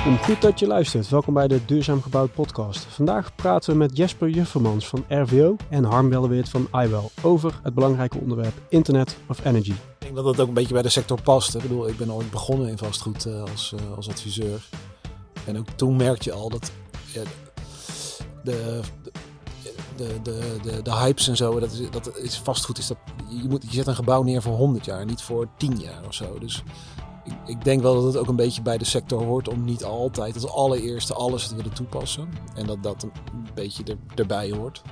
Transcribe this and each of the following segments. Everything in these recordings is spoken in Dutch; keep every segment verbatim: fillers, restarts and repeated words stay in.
Welkom, goed dat je luistert. Welkom bij de Duurzaam Gebouwd podcast. Vandaag praten we met Jesper Juffermans van R V O en Harm Welleweert van iWell over het belangrijke onderwerp Internet of Energy. Ik denk dat dat ook een beetje bij de sector past. Ik bedoel, ik ben ooit begonnen in vastgoed uh, als, uh, als adviseur. En ook toen merkte je al dat ja, de, de, de, de, de hypes en zo, dat is, dat is vastgoed is dat, je, moet, je zet een gebouw neer voor honderd jaar, niet voor tien jaar of zo. Dus ik, ik denk wel dat het ook een beetje bij de sector hoort om niet altijd als allereerste alles te willen toepassen. En dat dat een beetje er, erbij hoort.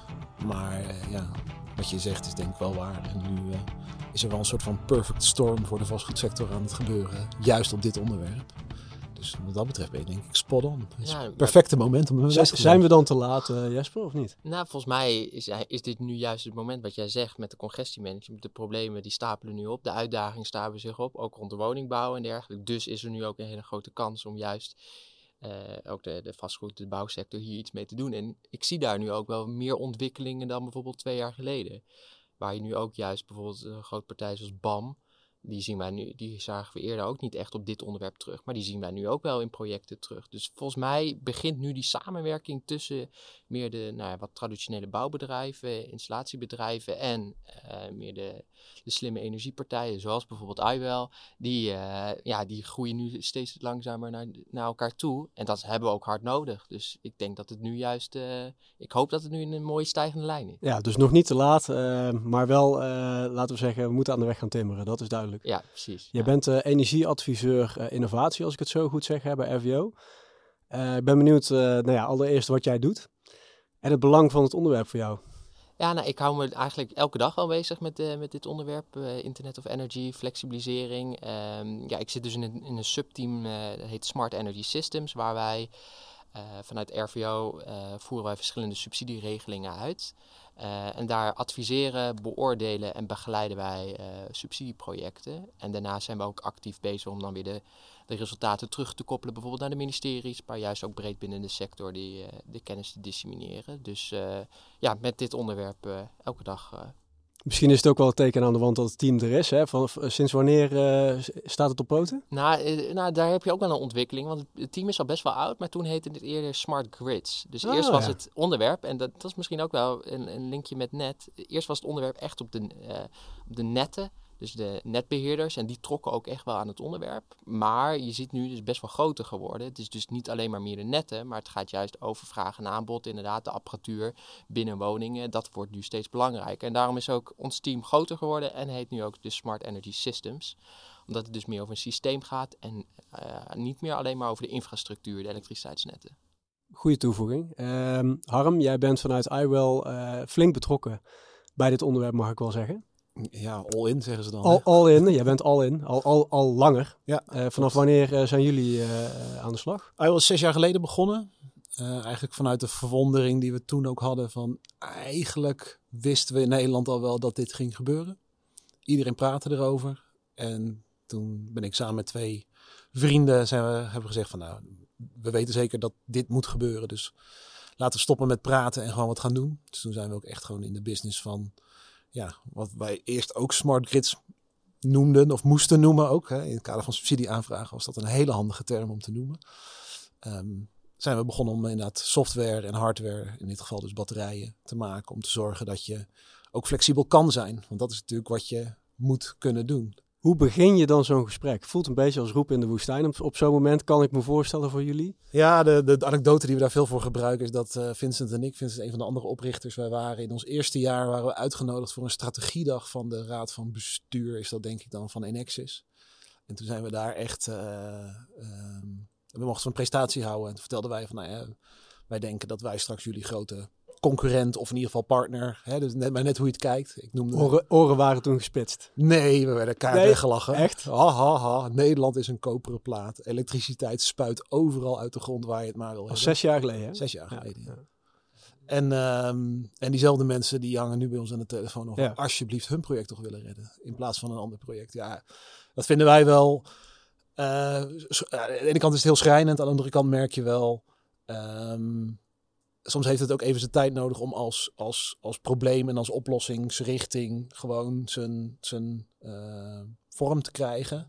Maar uh, ja, wat je zegt is denk ik wel waar. En nu uh, is er wel een soort van perfect storm voor de vastgoedsector aan het gebeuren. Juist op dit onderwerp. Dus wat dat betreft ben je denk ik spot on. Het is Ja, het perfecte moment om Z- Zijn we dan te laat, uh, Jesper, of niet? Nou, volgens mij is, is dit nu juist het moment wat jij zegt met de congestiemanagement. De problemen die stapelen nu op, de uitdagingen stapelen zich op, ook rond de woningbouw en dergelijke. Dus is er nu ook een hele grote kans om juist uh, ook de, de vastgoed, de bouwsector hier iets mee te doen. En ik zie daar nu ook wel meer ontwikkelingen dan bijvoorbeeld twee jaar geleden. Waar je nu ook juist bijvoorbeeld een grote partij zoals B A M... Die zien wij nu, die zagen we eerder ook niet echt op dit onderwerp terug. Maar die zien wij nu ook wel in projecten terug. Dus volgens mij begint nu die samenwerking tussen meer de nou ja, wat traditionele bouwbedrijven, installatiebedrijven en uh, meer de, de slimme energiepartijen, zoals bijvoorbeeld iWell. Die, uh, ja, die groeien nu steeds langzamer naar, naar elkaar toe. En dat hebben we ook hard nodig. Dus ik denk dat het nu juist, uh, ik hoop dat het nu in een mooie stijgende lijn is. Ja, dus nog niet te laat, uh, maar wel, uh, laten we zeggen, we moeten aan de weg gaan timmeren. Dat is duidelijk. Ja, precies. Je ja. bent uh, energieadviseur uh, innovatie, als ik het zo goed zeg, hè, bij R V O. Uh, ik ben benieuwd, uh, nou ja, allereerst wat jij doet en het belang van het onderwerp voor jou. Ja, nou, ik hou me eigenlijk elke dag al bezig met, uh, met dit onderwerp. Uh, Internet of Energy, flexibilisering. Um, ja, ik zit dus in een, in een subteam, uh, dat heet Smart Energy Systems, waar wij uh, vanuit R V O uh, voeren wij verschillende subsidieregelingen uit. Uh, en daar adviseren, beoordelen en begeleiden wij uh, subsidieprojecten. En daarnaast zijn we ook actief bezig om dan weer de, de resultaten terug te koppelen, bijvoorbeeld naar de ministeries, maar juist ook breed binnen de sector die, uh, de kennis te dissemineren. Dus uh, ja, met dit onderwerp uh, elke dag. Uh, Misschien is het ook wel een teken aan de wand dat het team er is. Hè? Van, sinds wanneer uh, staat het op poten? Nou, uh, nou, daar heb je ook wel een ontwikkeling. Want het team is al best wel oud, maar toen heette het eerder Smart Grids. Dus oh, eerst was ja. het onderwerp, en dat, dat is misschien ook wel een, een linkje met net. Eerst was het onderwerp echt op de, uh, op de netten. Dus de netbeheerders, en die trokken ook echt wel aan het onderwerp. Maar je ziet nu dus best wel groter geworden. Het is dus niet alleen maar meer de netten, maar het gaat juist over vraag en aanbod. Inderdaad, de apparatuur binnen woningen, dat wordt nu steeds belangrijker. En daarom is ook ons team groter geworden en heet nu ook de Smart Energy Systems. Omdat het dus meer over een systeem gaat en uh, niet meer alleen maar over de infrastructuur, de elektriciteitsnetten. Goeie toevoeging. Um, Harm, jij bent vanuit iWell uh, flink betrokken bij dit onderwerp, mag ik wel zeggen. Ja, all in zeggen ze dan. All, all in, jij bent all in, al, al, al langer. Ja, uh, vanaf klopt. Wanneer uh, zijn jullie uh, aan de slag? Hij was zes jaar geleden begonnen. Uh, eigenlijk vanuit de verwondering die we toen ook hadden van eigenlijk wisten we in Nederland al wel dat dit ging gebeuren. Iedereen praatte erover. En toen ben ik samen met twee vrienden zijn we, hebben we gezegd van nou, we weten zeker dat dit moet gebeuren. Dus laten we stoppen met praten en gewoon wat gaan doen. Dus toen zijn we ook echt gewoon in de business van ja, wat wij eerst ook smart grids noemden of moesten noemen ook. Hè. In het kader van subsidieaanvragen was dat een hele handige term om te noemen. Um, zijn we begonnen om inderdaad software en hardware, in dit geval dus batterijen, te maken. Om te zorgen dat je ook flexibel kan zijn. Want dat is natuurlijk wat je moet kunnen doen. Hoe begin je dan zo'n gesprek? Voelt een beetje als roepen in de woestijn. Op, op zo'n moment kan ik me voorstellen voor jullie. Ja, de, de, de anekdote die we daar veel voor gebruiken is dat uh, Vincent en ik, Vincent is een van de andere oprichters, wij waren in ons eerste jaar waren we uitgenodigd voor een strategiedag van de Raad van Bestuur, is dat denk ik dan, van Enexis. En toen zijn we daar echt, uh, um, we mochten een presentatie houden en toen vertelden wij van, nou ja, wij denken dat wij straks jullie grote concurrent of in ieder geval partner. Hè, dus net, maar net hoe je het kijkt. Ik noemde... Oren, oren waren toen gespitst. Nee, we werden kaart nee, weggelachen. Echt? Ha, ha, ha. Nederland is een koperen plaat. Elektriciteit spuit overal uit de grond waar je het maar wil hebben. Zes jaar geleden, hè? Zes jaar geleden, ja. ja. En, um, en diezelfde mensen die hangen nu bij ons aan de telefoon of ja. alsjeblieft hun project toch willen redden. In plaats van een ander project. Ja, dat vinden wij wel... Uh, aan de ene kant is het heel schrijnend. Aan de andere kant merk je wel... Um, soms heeft het ook even zijn tijd nodig om als, als, als probleem en als oplossingsrichting gewoon zijn, zijn uh, vorm te krijgen.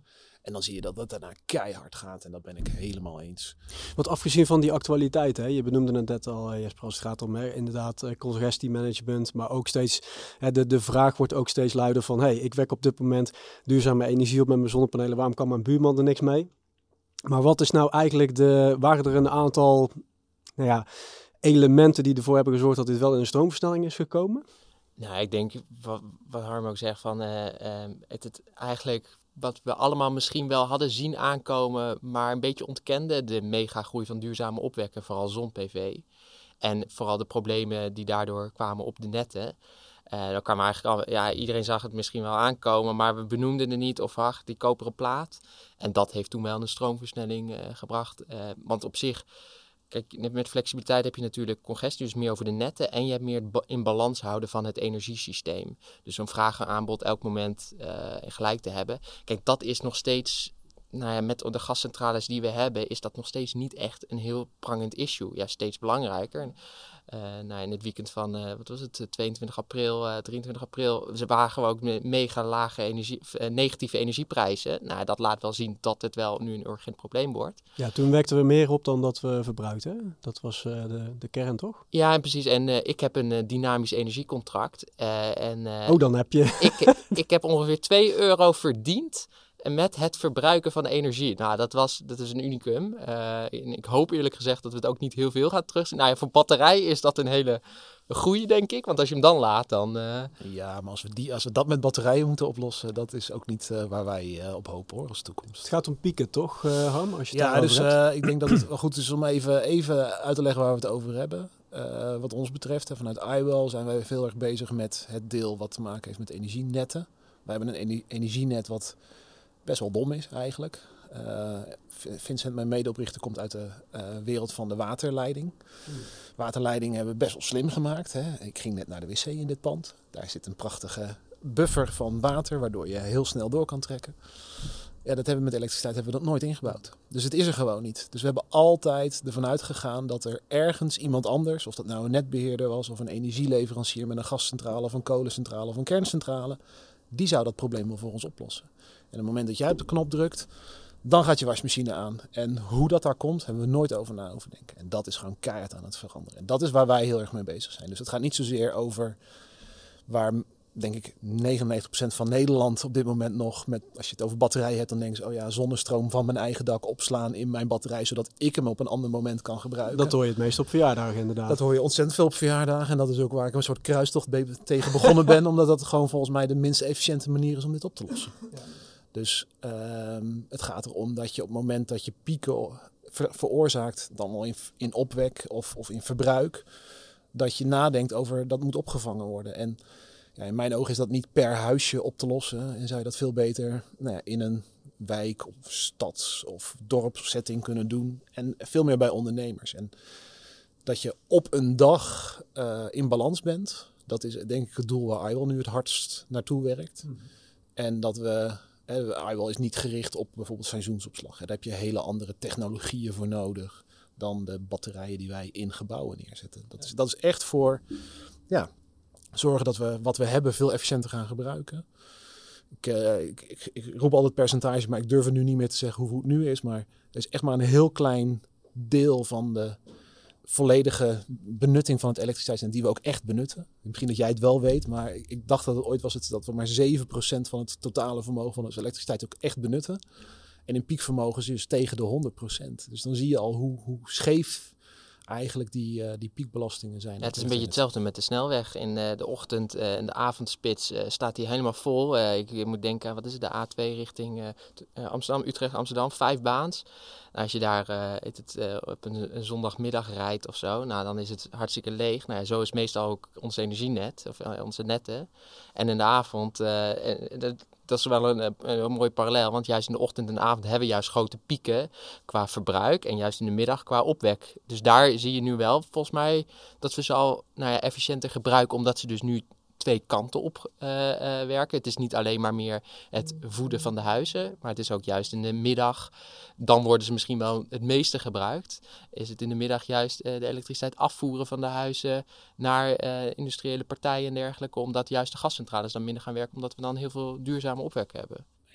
En dan zie je dat dat daarna keihard gaat. En dat ben ik helemaal eens. Want afgezien van die actualiteit, hè, je benoemde het net al, Jesper, als het gaat om hè, inderdaad uh, congestiemanagement, maar ook steeds, hè, de, de vraag wordt ook steeds luider van, hey, ik wek op dit moment duurzame energie op met mijn zonnepanelen, waarom kan mijn buurman er niks mee? Maar wat is nou eigenlijk de, waren er een aantal, nou ja, elementen die ervoor hebben gezorgd dat dit wel in een stroomversnelling is gekomen? Nou, ik denk, wat, wat Harm ook zegt, van uh, uh, het, het eigenlijk wat we allemaal misschien wel hadden zien aankomen, maar een beetje ontkenden, de megagroei van duurzame opwekken, vooral zon-P V. En vooral de problemen die daardoor kwamen op de netten. Uh, dan kwam eigenlijk al, ja, iedereen zag het misschien wel aankomen, maar we benoemden het niet of ach, die koperen plaat. En dat heeft toen wel een stroomversnelling uh, gebracht. Uh, want op zich, kijk, met flexibiliteit heb je natuurlijk congestie, dus meer over de netten. En je hebt meer in balans houden van het energiesysteem. Dus een vraag en aanbod elk moment uh, gelijk te hebben. Kijk, dat is nog steeds, nou ja, met de gascentrales die we hebben, is dat nog steeds niet echt een heel prangend issue. Ja, steeds belangrijker. Uh, nou, in het weekend van, uh, wat was het, tweeëntwintig april, uh, drieëntwintig april, ze wagen we ook met mega lage energie, uh, negatieve energieprijzen. Nou, dat laat wel zien dat het wel nu een urgent probleem wordt. Ja, toen wekten we meer op dan dat we verbruikten. Dat was uh, de, de kern, toch? Ja, en precies. En uh, ik heb een uh, dynamisch energiecontract. Uh, en, uh, oh, dan heb je... ik, ik heb ongeveer twee euro verdiend met het verbruiken van energie. Nou, dat, was, dat is een unicum. Uh, en ik hoop eerlijk gezegd dat we het ook niet heel veel gaan terugzien. Nou ja, voor batterij is dat een hele goeie, denk ik. Want als je hem dan laat, dan... Uh... Ja, maar als we, die, als we dat met batterijen moeten oplossen, dat is ook niet uh, waar wij uh, op hopen, hoor, als toekomst. Het gaat om pieken, toch, uh, Harm? Als je het ja, dus uh, ik denk dat het wel goed is om even, even uit te leggen waar we het over hebben. Uh, wat ons betreft, hè, vanuit iWell zijn wij veel erg bezig met het deel wat te maken heeft met energienetten. We hebben een ener- energienet wat best wel dom is eigenlijk. Uh, Vincent, mijn medeoprichter, komt uit de uh, wereld van de waterleiding. Hmm. Waterleiding hebben we best wel slim gemaakt. Hè. Ik ging net naar de wc in dit pand. Daar zit een prachtige buffer van water, waardoor je heel snel door kan trekken. Ja, dat hebben we met elektriciteit hebben we dat nooit ingebouwd. Dus het is er gewoon niet. Dus we hebben altijd ervan uitgegaan dat er ergens iemand anders, of dat nou een netbeheerder was, of een energieleverancier met een gascentrale, of een kolencentrale, of een kerncentrale, die zou dat probleem wel voor ons oplossen. En op het moment dat jij op de knop drukt, dan gaat je wasmachine aan. En hoe dat daar komt, hebben we nooit over na hoeven denken. En dat is gewoon keihard aan het veranderen. En dat is waar wij heel erg mee bezig zijn. Dus het gaat niet zozeer over waar, denk ik, negenennegentig procent van Nederland op dit moment nog, met, als je het over batterijen hebt, dan denken ze, oh ja, zonnestroom van mijn eigen dak opslaan in mijn batterij, zodat ik hem op een ander moment kan gebruiken. Dat hoor je het meest op verjaardagen, inderdaad. Dat hoor je ontzettend veel op verjaardagen. En dat is ook waar ik een soort kruistocht be- tegen begonnen ben, omdat dat gewoon volgens mij de minst efficiënte manier is om dit op te lossen. Ja. Dus um, het gaat erom dat je op het moment dat je pieken ver- veroorzaakt, dan al in, in opwek of, of in verbruik, dat je nadenkt over dat moet opgevangen worden. En ja, in mijn ogen is dat niet per huisje op te lossen. En zou je dat veel beter nou ja, in een wijk of stads- of dorpssetting kunnen doen. En veel meer bij ondernemers. En dat je op een dag uh, in balans bent, dat is denk ik het doel waar iWell nu het hardst naartoe werkt. Mm. En dat we... iWell is niet gericht op bijvoorbeeld seizoensopslag. Daar heb je hele andere technologieën voor nodig dan de batterijen die wij in gebouwen neerzetten. Dat is, dat is echt voor ja, zorgen dat we wat we hebben veel efficiënter gaan gebruiken. Ik, uh, ik, ik, ik roep altijd percentages, maar ik durf er nu niet meer te zeggen hoe het nu is. Maar er is echt maar een heel klein deel van de volledige benutting van het elektriciteitsnet die we ook echt benutten. Misschien dat jij het wel weet, maar ik dacht dat het ooit was het, dat we maar zeven procent van het totale vermogen van onze elektriciteit ook echt benutten. En in piekvermogen is dus tegen de honderd procent. Dus dan zie je al hoe, hoe scheef eigenlijk die, uh, die piekbelastingen zijn. Ja, het is een beetje hetzelfde met de snelweg. In uh, de ochtend en uh, de avondspits uh, staat die helemaal vol. Uh, ik, ik moet denken aan, wat is het, de A twee richting uh, uh, Amsterdam, Utrecht, Amsterdam, vijf baans. Nou, als je daar uh, het, uh, op een, een zondagmiddag rijdt of zo, nou, dan is het hartstikke leeg. Nou, ja, zo is meestal ook ons energienet, of uh, onze netten. En in de avond, uh, dat, dat is wel een, een, een mooi parallel, want juist in de ochtend en de avond hebben we juist grote pieken qua verbruik en juist in de middag qua opwek. Dus daar zie je nu wel volgens mij dat we ze al nou ja, efficiënter gebruiken, omdat ze dus nu twee kanten op uh, uh, werken. Het is niet alleen maar meer het voeden van de huizen, maar het is ook juist in de middag. Dan worden ze misschien wel het meeste gebruikt. Is het in de middag juist uh, de elektriciteit afvoeren van de huizen naar uh, industriële partijen en dergelijke, omdat juist de gascentrales dan minder gaan werken, omdat we dan heel veel duurzame opwek hebben.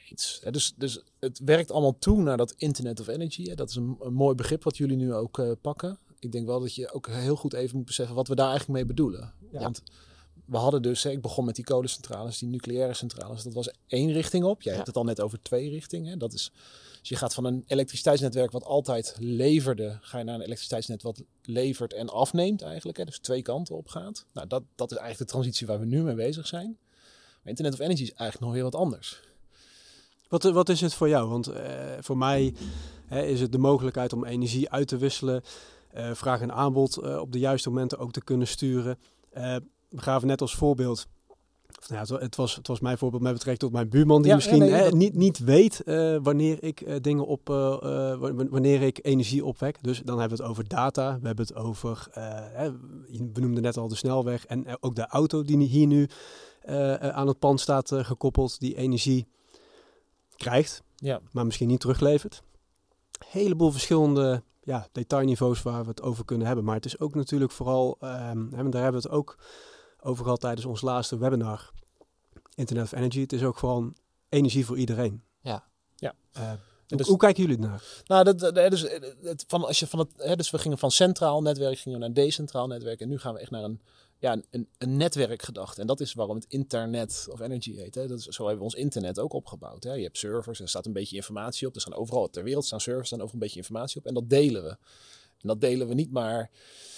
eens. Hè, dus, dus het werkt allemaal toe naar dat Internet of Energy. Hè. Dat is een, een mooi begrip wat jullie nu ook uh, pakken. Ik denk wel dat je ook heel goed even moet beseffen wat we daar eigenlijk mee bedoelen. Ja. Want we hadden dus, hè, ik begon met die kolencentrales, die nucleaire centrales. Dat was één richting op. Jij ja. hebt het al net over twee richtingen. Dat is, dus je gaat van een elektriciteitsnetwerk wat altijd leverde, ga je naar een elektriciteitsnet wat levert en afneemt eigenlijk. Hè, dus twee kanten op gaat. Nou, dat, dat is eigenlijk de transitie waar we nu mee bezig zijn. Maar Internet of Energy is eigenlijk nog weer wat anders. Wat, wat is het voor jou? Want uh, voor mij hè, is het de mogelijkheid om energie uit te wisselen. Uh, vraag en aanbod uh, op de juiste momenten ook te kunnen sturen. Uh, we gaven net als voorbeeld. Of, nou ja, het, het, was, het was mijn voorbeeld met betrekking tot mijn buurman. Die ja, misschien ja, nee, hè, dat... niet, niet weet uh, wanneer ik uh, dingen op. Uh, uh, wanneer ik energie opwek. Dus dan hebben we het over data. We hebben het over. Uh, hè, we noemden net al de snelweg. En uh, ook de auto die hier nu uh, uh, aan het pand staat uh, gekoppeld. Die energie krijgt. Ja. Maar misschien niet teruglevert. Heleboel verschillende. Ja, detailniveaus waar we het over kunnen hebben. Maar het is ook natuurlijk vooral, um, en daar hebben we het ook over gehad tijdens ons laatste webinar, Internet of Energy. Het is ook gewoon energie voor iedereen. Ja. ja. Uh, hoe, dus, hoe kijken jullie naar? Nou, dat, dat, dus, het, van, als je van het, hè, dus we gingen van centraal netwerk gingen we naar decentraal netwerk. En nu gaan we echt naar een, ja, een, een, een netwerkgedachte. En dat is waarom het Internet of Energy heet. Hè. Dat is, zo hebben we ons internet ook opgebouwd. Hè. Je hebt servers, er staat een beetje informatie op. Er staan overal ter wereld staan servers, er staan overal een beetje informatie op. En dat delen we. En dat delen we niet maar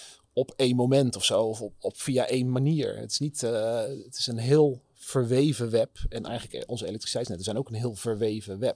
op één moment of zo. Of op, op via één manier. Het is, niet, uh, het is een heel verweven web. En eigenlijk onze elektriciteitsnetten zijn ook een heel verweven web.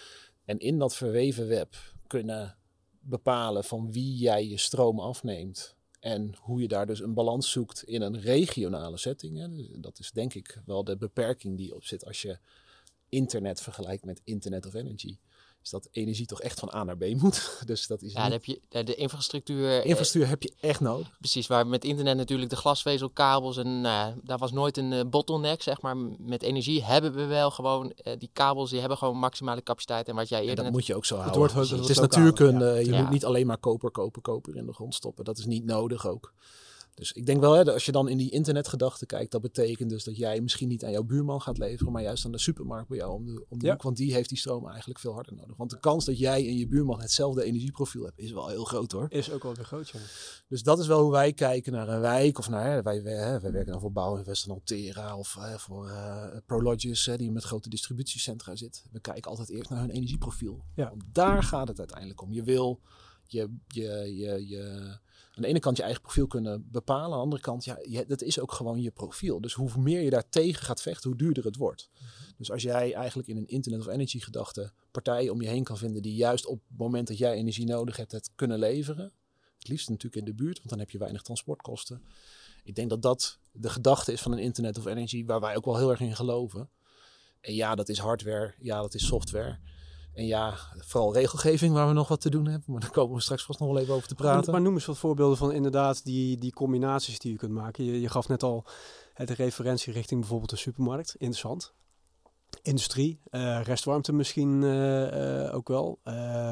En in dat verweven web kunnen bepalen van wie jij je stroom afneemt. En hoe je daar dus een balans zoekt in een regionale setting. Hè. Dat is denk ik wel de beperking die op zit als je internet vergelijkt met Internet of Energy. Is dat energie toch echt van A naar B moet. Dus dat is ja, dan heb je de infrastructuur. Infrastructuur eh, heb je echt nodig. Precies, waar met internet natuurlijk de glasvezelkabels en nou, daar was nooit een uh, bottleneck, zeg maar. Met energie hebben we wel gewoon uh, die kabels, die hebben gewoon maximale capaciteit. En wat jij eerder. En dat net... moet je ook zo houden. Het, wordt, het, het is natuurkunde. Ja. Je ja. moet niet alleen maar koper, koper, koper in de grond stoppen. Dat is niet nodig ook. Dus ik denk wel, hè, als je dan in die internetgedachte kijkt, dat betekent dus dat jij misschien niet aan jouw buurman gaat leveren, maar juist aan de supermarkt bij jou om de, om de ja. hoek. Want die heeft die stroom eigenlijk veel harder nodig. Want de kans dat jij en je buurman hetzelfde energieprofiel hebt, is wel heel groot hoor. Is ook wel weer groot, ja. Dus dat is wel hoe wij kijken naar een wijk of naar, hè, wij, wij, wij werken dan voor Bouwinvest en Altera of hè, voor uh, Prologis, hè, die met grote distributiecentra zit. We kijken altijd eerst naar hun energieprofiel. Ja. Want daar gaat het uiteindelijk om. Je wil je, je, je, je aan de ene kant je eigen profiel kunnen bepalen. Aan de andere kant, ja, je, dat is ook gewoon je profiel. Dus hoe meer je daar tegen gaat vechten, hoe duurder het wordt. Mm-hmm. Dus als jij eigenlijk in een Internet of Energy gedachte partijen om je heen kan vinden die juist op het moment dat jij energie nodig hebt, het kunnen leveren. Het liefst natuurlijk in de buurt, want dan heb je weinig transportkosten. Ik denk dat dat de gedachte is van een Internet of Energy waar wij ook wel heel erg in geloven. En ja, dat is hardware. Ja, dat is software. En ja, vooral regelgeving waar we nog wat te doen hebben. Maar daar komen we straks vast nog wel even over te praten. Maar noem eens wat voorbeelden van inderdaad die, die combinaties die je kunt maken. Je, je gaf net al de referentie richting bijvoorbeeld de supermarkt. Interessant. Industrie, uh, restwarmte misschien uh, uh, ook wel. Uh,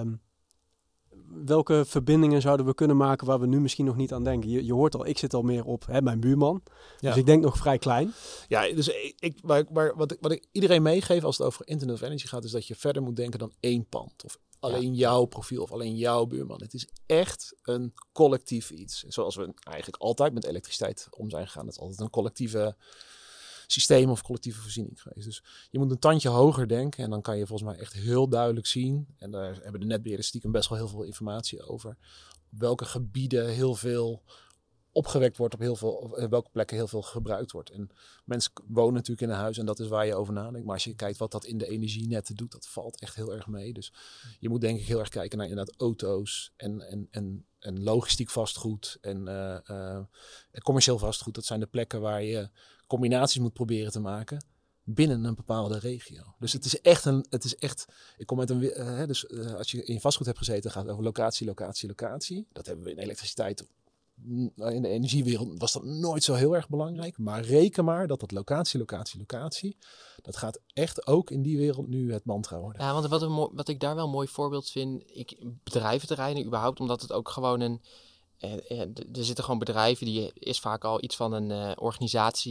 welke verbindingen zouden we kunnen maken waar we nu misschien nog niet aan denken? Je, je hoort al, ik zit al meer op hè, mijn buurman. Ja. Dus ik denk nog vrij klein. Ja, dus ik, maar, maar wat, ik, wat ik iedereen meegeef als het over Internet of Energy gaat, is dat je verder moet denken dan één pand. Of alleen ja. jouw profiel of alleen jouw buurman. Het is echt een collectief iets. Zoals we eigenlijk altijd met elektriciteit om zijn gegaan. Het is altijd een collectieve systeem of collectieve voorziening geweest. Dus je moet een tandje hoger denken en dan kan je volgens mij echt heel duidelijk zien, en daar hebben de netbeheerders stiekem best wel heel veel informatie over, op welke gebieden heel veel opgewekt wordt, op heel veel, op welke plekken heel veel gebruikt wordt. En mensen wonen natuurlijk in een huis en dat is waar je over nadenkt. Maar als je kijkt wat dat in de energienetten doet, dat valt echt heel erg mee. Dus je moet denk ik heel erg kijken naar inderdaad auto's en, en, en, en logistiek vastgoed en uh, uh, commercieel vastgoed. Dat zijn de plekken waar je combinaties moet proberen te maken binnen een bepaalde regio. Dus het is echt een, het is echt, ik kom met een, uh, dus uh, als je in vastgoed hebt gezeten, gaat het over locatie, locatie, locatie. Dat hebben we in elektriciteit. In de energiewereld was dat nooit zo heel erg belangrijk. Maar reken maar dat dat locatie, locatie, locatie, dat gaat echt ook in die wereld nu het mantra worden. Ja, want wat, een, wat ik daar wel een mooi voorbeeld vind, ik, bedrijventerreinen überhaupt, omdat het ook gewoon een, eh, er zitten gewoon bedrijven, die is vaak al iets van een uh, organisatie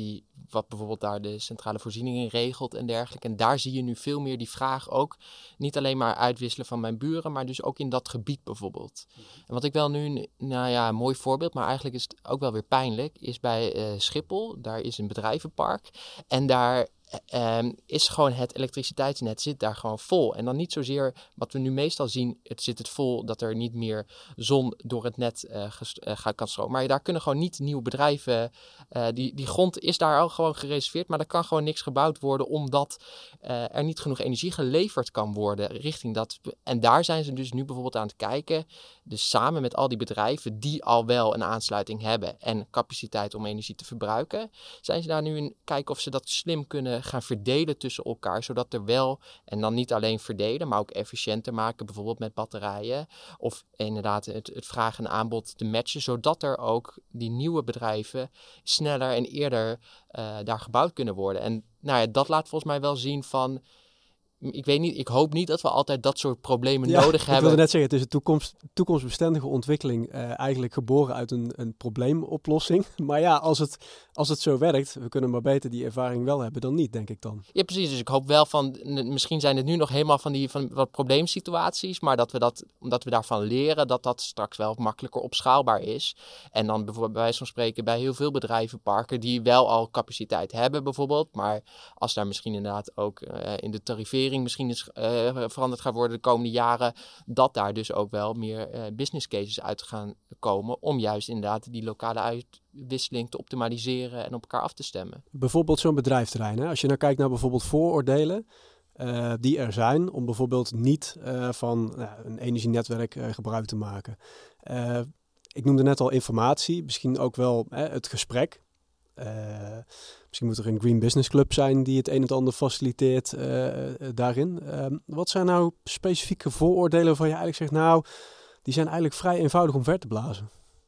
wat bijvoorbeeld daar de centrale voorzieningen regelt en dergelijke. En daar zie je nu veel meer die vraag ook, niet alleen maar uitwisselen van mijn buren, maar dus ook in dat gebied bijvoorbeeld. Mm-hmm. En wat ik wel nu, nou ja, een mooi voorbeeld, maar eigenlijk is het ook wel weer pijnlijk, is bij uh, Schiphol. Daar is een bedrijvenpark en daar Um, is gewoon het elektriciteitsnet zit daar gewoon vol. En dan niet zozeer wat we nu meestal zien, het zit het vol dat er niet meer zon door het net uh, gest- uh, gaat kan stromen. Maar daar kunnen gewoon niet nieuwe bedrijven, uh, die, die grond is daar al gewoon gereserveerd, maar er kan gewoon niks gebouwd worden omdat uh, er niet genoeg energie geleverd kan worden richting dat. En daar zijn ze dus nu bijvoorbeeld aan het kijken, dus samen met al die bedrijven die al wel een aansluiting hebben en capaciteit om energie te verbruiken, zijn ze daar nu in kijken of ze dat slim kunnen gaan verdelen tussen elkaar, zodat er wel, en dan niet alleen verdelen, maar ook efficiënter maken, bijvoorbeeld met batterijen, of inderdaad het, het vraag en aanbod te matchen, zodat er ook die nieuwe bedrijven sneller en eerder uh, daar gebouwd kunnen worden. En nou ja, dat laat volgens mij wel zien van, ik weet niet, ik hoop niet dat we altijd dat soort problemen ja, nodig ik hebben. Ik wilde net zeggen, het is een toekomst, toekomstbestendige ontwikkeling, uh, eigenlijk geboren uit een, een probleemoplossing. Maar ja, als het, als het zo werkt, we kunnen maar beter die ervaring wel hebben dan niet, denk ik dan. Ja, precies. Dus ik hoop wel van, misschien zijn het nu nog helemaal van die van wat probleemsituaties, maar dat we dat, omdat we daarvan leren, dat dat straks wel makkelijker opschaalbaar is. En dan bijvoorbeeld bij wijze van spreken bij heel veel bedrijvenparken die wel al capaciteit hebben bijvoorbeeld, maar als daar misschien inderdaad ook uh, in de tarivering misschien is, uh, veranderd gaat worden de komende jaren, dat daar dus ook wel meer uh, business cases uit gaan komen om juist inderdaad die lokale uitwisseling te optimaliseren en op elkaar af te stemmen. Bijvoorbeeld zo'n bedrijfterrein. Hè? Als je nou kijkt naar bijvoorbeeld vooroordelen uh, die er zijn om bijvoorbeeld niet uh, van uh, een energienetwerk uh, gebruik te maken. Uh, ik noemde net al informatie, misschien ook wel uh, het gesprek. Uh, misschien moet er een Green Business Club zijn die het een en ander faciliteert uh, uh, daarin. Uh, wat zijn nou specifieke vooroordelen waarvan je eigenlijk zegt, nou, die zijn eigenlijk vrij eenvoudig om ver te blazen?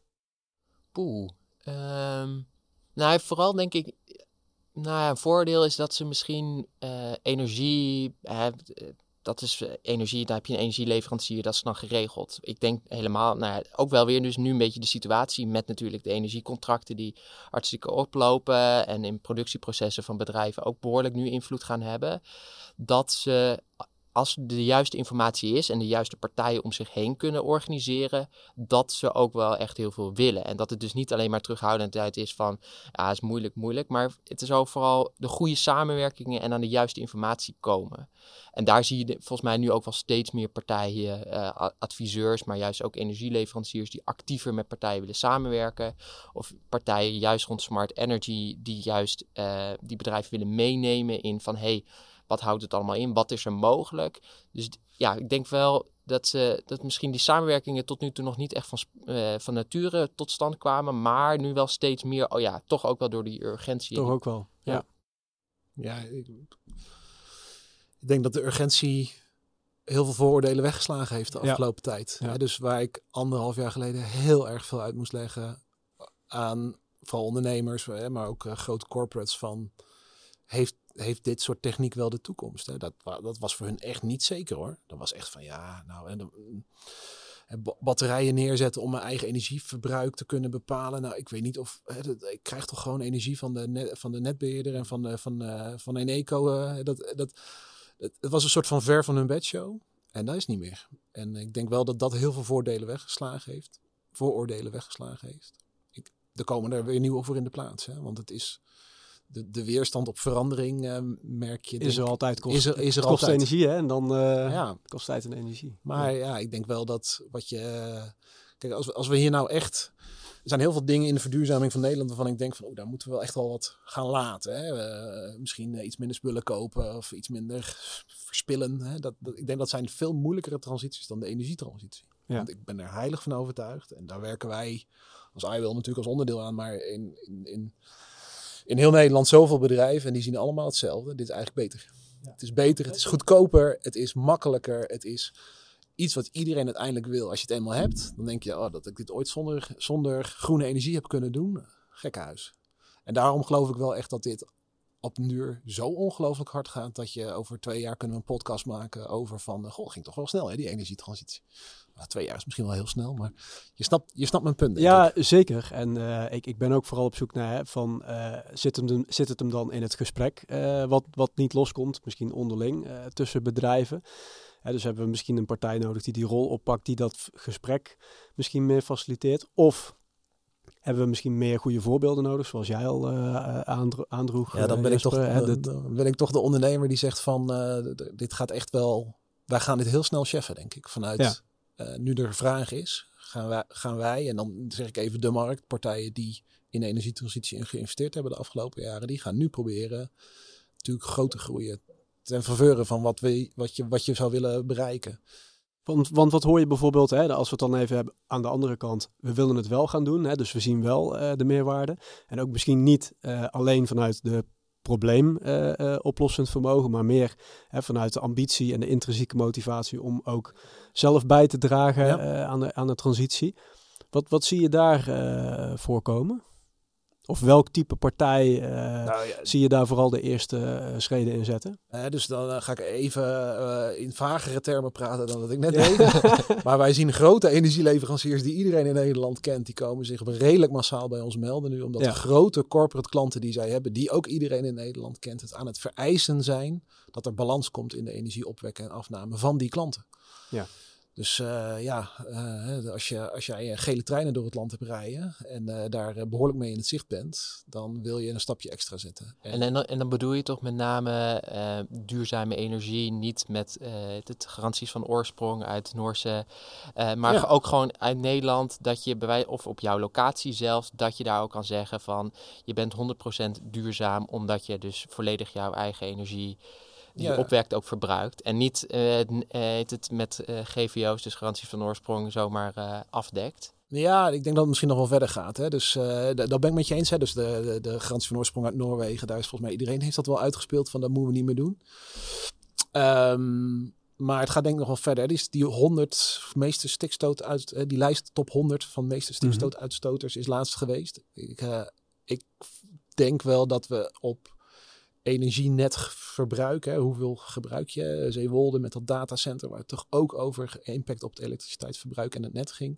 Poeh. Um, nou, vooral denk ik, nou ja, een voordeel is dat ze misschien uh, energie, uh, dat is energie, daar heb je een energieleverancier, dat is dan geregeld. Ik denk helemaal, nou ja, ook wel weer dus nu een beetje de situatie met natuurlijk de energiecontracten die hartstikke oplopen en in productieprocessen van bedrijven ook behoorlijk nu invloed gaan hebben, dat ze, als er de juiste informatie is en de juiste partijen om zich heen kunnen organiseren, dat ze ook wel echt heel veel willen. En dat het dus niet alleen maar terughoudendheid is van, ja, het is moeilijk, moeilijk, maar het is ook vooral de goede samenwerkingen en aan de juiste informatie komen. En daar zie je de, volgens mij nu ook wel steeds meer partijen, uh, adviseurs, maar juist ook energieleveranciers die actiever met partijen willen samenwerken. Of partijen juist rond smart energy die juist uh, die bedrijven willen meenemen in van, hey, wat houdt het allemaal in? Wat is er mogelijk? Dus ja, ik denk wel dat, ze, dat misschien die samenwerkingen tot nu toe nog niet echt van, uh, van nature tot stand kwamen, maar nu wel steeds meer, oh ja, toch ook wel door die urgentie. Toch ook wel, ja. Ja, ja ik, ik denk dat de urgentie heel veel vooroordelen weggeslagen heeft de afgelopen ja. tijd. Ja. Ja, dus waar ik anderhalf jaar geleden heel erg veel uit moest leggen aan vooral ondernemers, maar ook uh, grote corporates van, heeft heeft dit soort techniek wel de toekomst? Hè? Dat, dat was voor hun echt niet zeker hoor. Dat was echt van ja, nou en, en batterijen neerzetten om mijn eigen energieverbruik te kunnen bepalen. Nou, ik weet niet of hè, dat, ik krijg toch gewoon energie van de net, van de netbeheerder en van uh, van uh, van Eneco. Uh, dat dat het, het was een soort van ver van hun bedshow en dat is niet meer. En ik denk wel dat dat heel veel voordelen weggeslagen heeft, vooroordelen weggeslagen heeft. Ik, er komen er weer nieuwe voor in de plaats, hè? Want het is De, de weerstand op verandering uh, merk je. Is er altijd. Kost, is er, is er het kost altijd. energie, hè? En dan uh, ja. kost tijd en energie. Maar ja. ja, ik denk wel dat wat je... Uh, kijk, als we, als we hier nou echt... Er zijn heel veel dingen in de verduurzaming van Nederland waarvan ik denk van, oh, daar moeten we wel echt wel wat gaan laten. Hè? Uh, misschien uh, iets minder spullen kopen of iets minder verspillen. Hè? Dat, dat, ik denk dat zijn veel moeilijkere transities dan de energietransitie. Ja. Want ik ben er heilig van overtuigd. En daar werken wij als iWill natuurlijk als onderdeel aan. Maar in... in, in In heel Nederland zoveel bedrijven en die zien allemaal hetzelfde. Dit is eigenlijk beter. Ja. Het is beter, het is goedkoper, het is makkelijker. Het is iets wat iedereen uiteindelijk wil. Als je het eenmaal hebt, dan denk je, oh, dat ik dit ooit zonder, zonder groene energie heb kunnen doen. Gekkenhuis. En daarom geloof ik wel echt dat dit op den duur zo ongelooflijk hard gaat dat je over twee jaar kunnen we een podcast maken over van, goh, ging toch wel snel hè, die energietransitie. Nou, twee jaar is misschien wel heel snel, maar je snapt, je snapt mijn punt. Denk ja, ik. zeker. En uh, ik, ik ben ook vooral op zoek naar hè, van uh, zit, hem, zit het hem dan in het gesprek uh, wat, wat niet loskomt, misschien onderling uh, tussen bedrijven. Hè, dus hebben we misschien een partij nodig die die rol oppakt, die dat gesprek misschien meer faciliteert. Of hebben we misschien meer goede voorbeelden nodig, zoals jij al uh, aandro- aandroeg. Ja, dan ben, uh, ik toch, Jesper, hè, dan, dan ben ik toch de ondernemer die zegt van, uh, d- dit gaat echt wel, wij gaan dit heel snel cheffen, denk ik. Vanuit, ja. uh, nu er vraag is, gaan wij, gaan wij, en dan zeg ik even de markt, partijen die in de energietransitie geïnvesteerd hebben de afgelopen jaren, die gaan nu proberen natuurlijk grote groeien ten faveur van wat, we, wat, je, wat je zou willen bereiken. Want, want wat hoor je bijvoorbeeld, hè, als we het dan even hebben aan de andere kant, we willen het wel gaan doen, hè, dus we zien wel uh, de meerwaarde. En ook misschien niet uh, alleen vanuit de probleem uh, uh, oplossend vermogen, maar meer hè, vanuit de ambitie en de intrinsieke motivatie om ook zelf bij te dragen ja. uh, aan, de, aan de transitie. Wat, wat zie je daar uh, voorkomen? Of welk type partij uh, nou, ja, zie je daar vooral de eerste uh, schreden in zetten? Uh, dus dan uh, ga ik even uh, in vagere termen praten dan dat ik net deed. Maar wij zien grote energieleveranciers die iedereen in Nederland kent. Die komen zich redelijk massaal bij ons melden nu. Omdat ja. de grote corporate klanten die zij hebben, die ook iedereen in Nederland kent, het aan het vereisen zijn dat er balans komt in de energieopwekken en afname van die klanten. Ja. Dus uh, ja, uh, als, je, als jij gele treinen door het land hebt rijden en uh, daar behoorlijk mee in het zicht bent, dan wil je een stapje extra zetten. En, en, dan, en dan bedoel je toch met name uh, duurzame energie, niet met uh, de garanties van oorsprong uit Noorse, uh, maar ja. ook gewoon uit Nederland, dat je bij wij, of op jouw locatie zelfs, dat je daar ook kan zeggen van je bent honderd procent duurzaam, omdat je dus volledig jouw eigen energie die ja. opwekt ook verbruikt. En niet uh, uh, het met uh, G V O's, dus garanties van oorsprong, zomaar uh, afdekt. Ja, ik denk dat het misschien nog wel verder gaat. Hè? Dus uh, d- dat ben ik met je eens. Hè? Dus de, de, de garantie van oorsprong uit Noorwegen, daar is volgens mij iedereen heeft dat wel uitgespeeld van dat moeten we niet meer doen. Um, maar het gaat denk ik nog wel verder. Die, die honderd meeste stikstoot uit, die lijst top honderd van de meeste stikstootuitstoters is laatst geweest. Ik, uh, ik denk wel dat we op energienetverbruik, hè, hoeveel gebruik je? Zeewolde met dat datacenter, waar het toch ook over impact op het elektriciteitsverbruik en het net ging.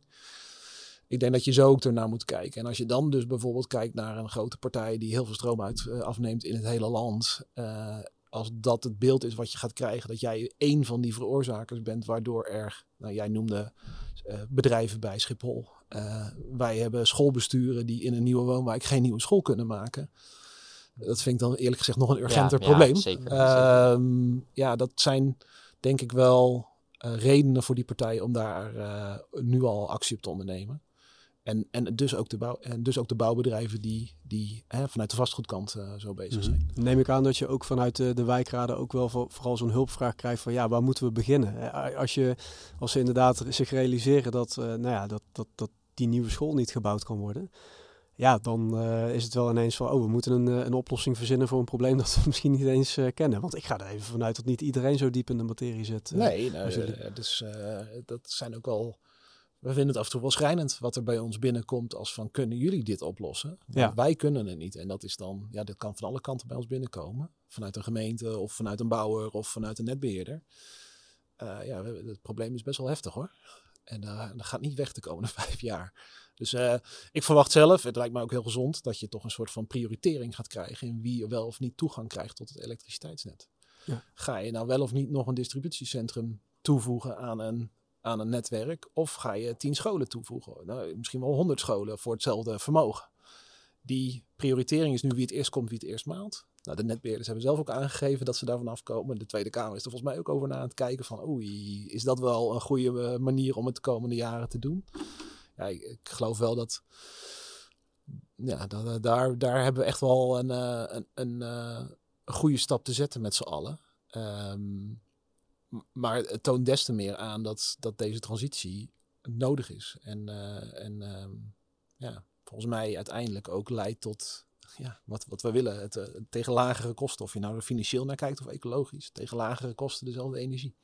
Ik denk dat je zo ook ernaar moet kijken. En als je dan dus bijvoorbeeld kijkt naar een grote partij die heel veel stroom uit uh, afneemt in het hele land, uh, als dat het beeld is wat je gaat krijgen, dat jij één van die veroorzakers bent, waardoor er, nou jij noemde uh, bedrijven bij Schiphol. Uh, wij hebben schoolbesturen die in een nieuwe woonwijk geen nieuwe school kunnen maken. Dat vind ik dan eerlijk gezegd nog een urgenter ja, probleem. Ja, zeker, uh, zeker. Ja, dat zijn denk ik wel uh, redenen voor die partij om daar uh, nu al actie op te ondernemen. En, en, dus, ook de bouw, en dus ook de bouwbedrijven die, die hè, vanuit de vastgoedkant uh, zo bezig zijn. Mm-hmm. Neem ik aan dat je ook vanuit de, de wijkraden ook wel voor, vooral zo'n hulpvraag krijgt van ja, waar moeten we beginnen? Als, je, als ze inderdaad zich realiseren dat, uh, nou ja, dat, dat, dat die nieuwe school niet gebouwd kan worden, ja, dan uh, is het wel ineens van, oh, we moeten een, uh, een oplossing verzinnen voor een probleem dat we misschien niet eens uh, kennen. Want ik ga er even vanuit dat niet iedereen zo diep in de materie zit. Uh, nee, nou, uh, dus uh, dat zijn ook wel, we vinden het af en toe wel schrijnend wat er bij ons binnenkomt als van, kunnen jullie dit oplossen? Want ja. wij kunnen het niet. En dat is dan, ja, dit kan van alle kanten bij ons binnenkomen. Vanuit een gemeente of vanuit een bouwer of vanuit een netbeheerder. Uh, ja, het probleem is best wel heftig hoor. En uh, dat gaat niet weg de komende vijf jaar. Dus uh, ik verwacht zelf, het lijkt mij ook heel gezond, dat je toch een soort van prioritering gaat krijgen in wie wel of niet toegang krijgt tot het elektriciteitsnet. Ja. Ga je nou wel of niet nog een distributiecentrum toevoegen aan een, aan een netwerk? Of ga je tien scholen toevoegen? Nou, misschien wel honderd scholen voor hetzelfde vermogen. Die prioritering is nu wie het eerst komt, wie het eerst maalt. Nou, de netbeheerders hebben zelf ook aangegeven dat ze daarvan afkomen. De Tweede Kamer is er volgens mij ook over na aan het kijken van, oei, is dat wel een goede manier om het de komende jaren te doen? Ja, ik, ik geloof wel dat, ja, dat, daar, daar hebben we echt wel een, een, een, een goede stap te zetten met z'n allen. Um, maar het toont des te meer aan dat, dat deze transitie nodig is. En, uh, en um, ja, volgens mij uiteindelijk ook leidt tot ja, wat, wat we willen. Het, uh, tegen lagere kosten, of je nou er financieel naar kijkt of ecologisch. Tegen lagere kosten dezelfde energie.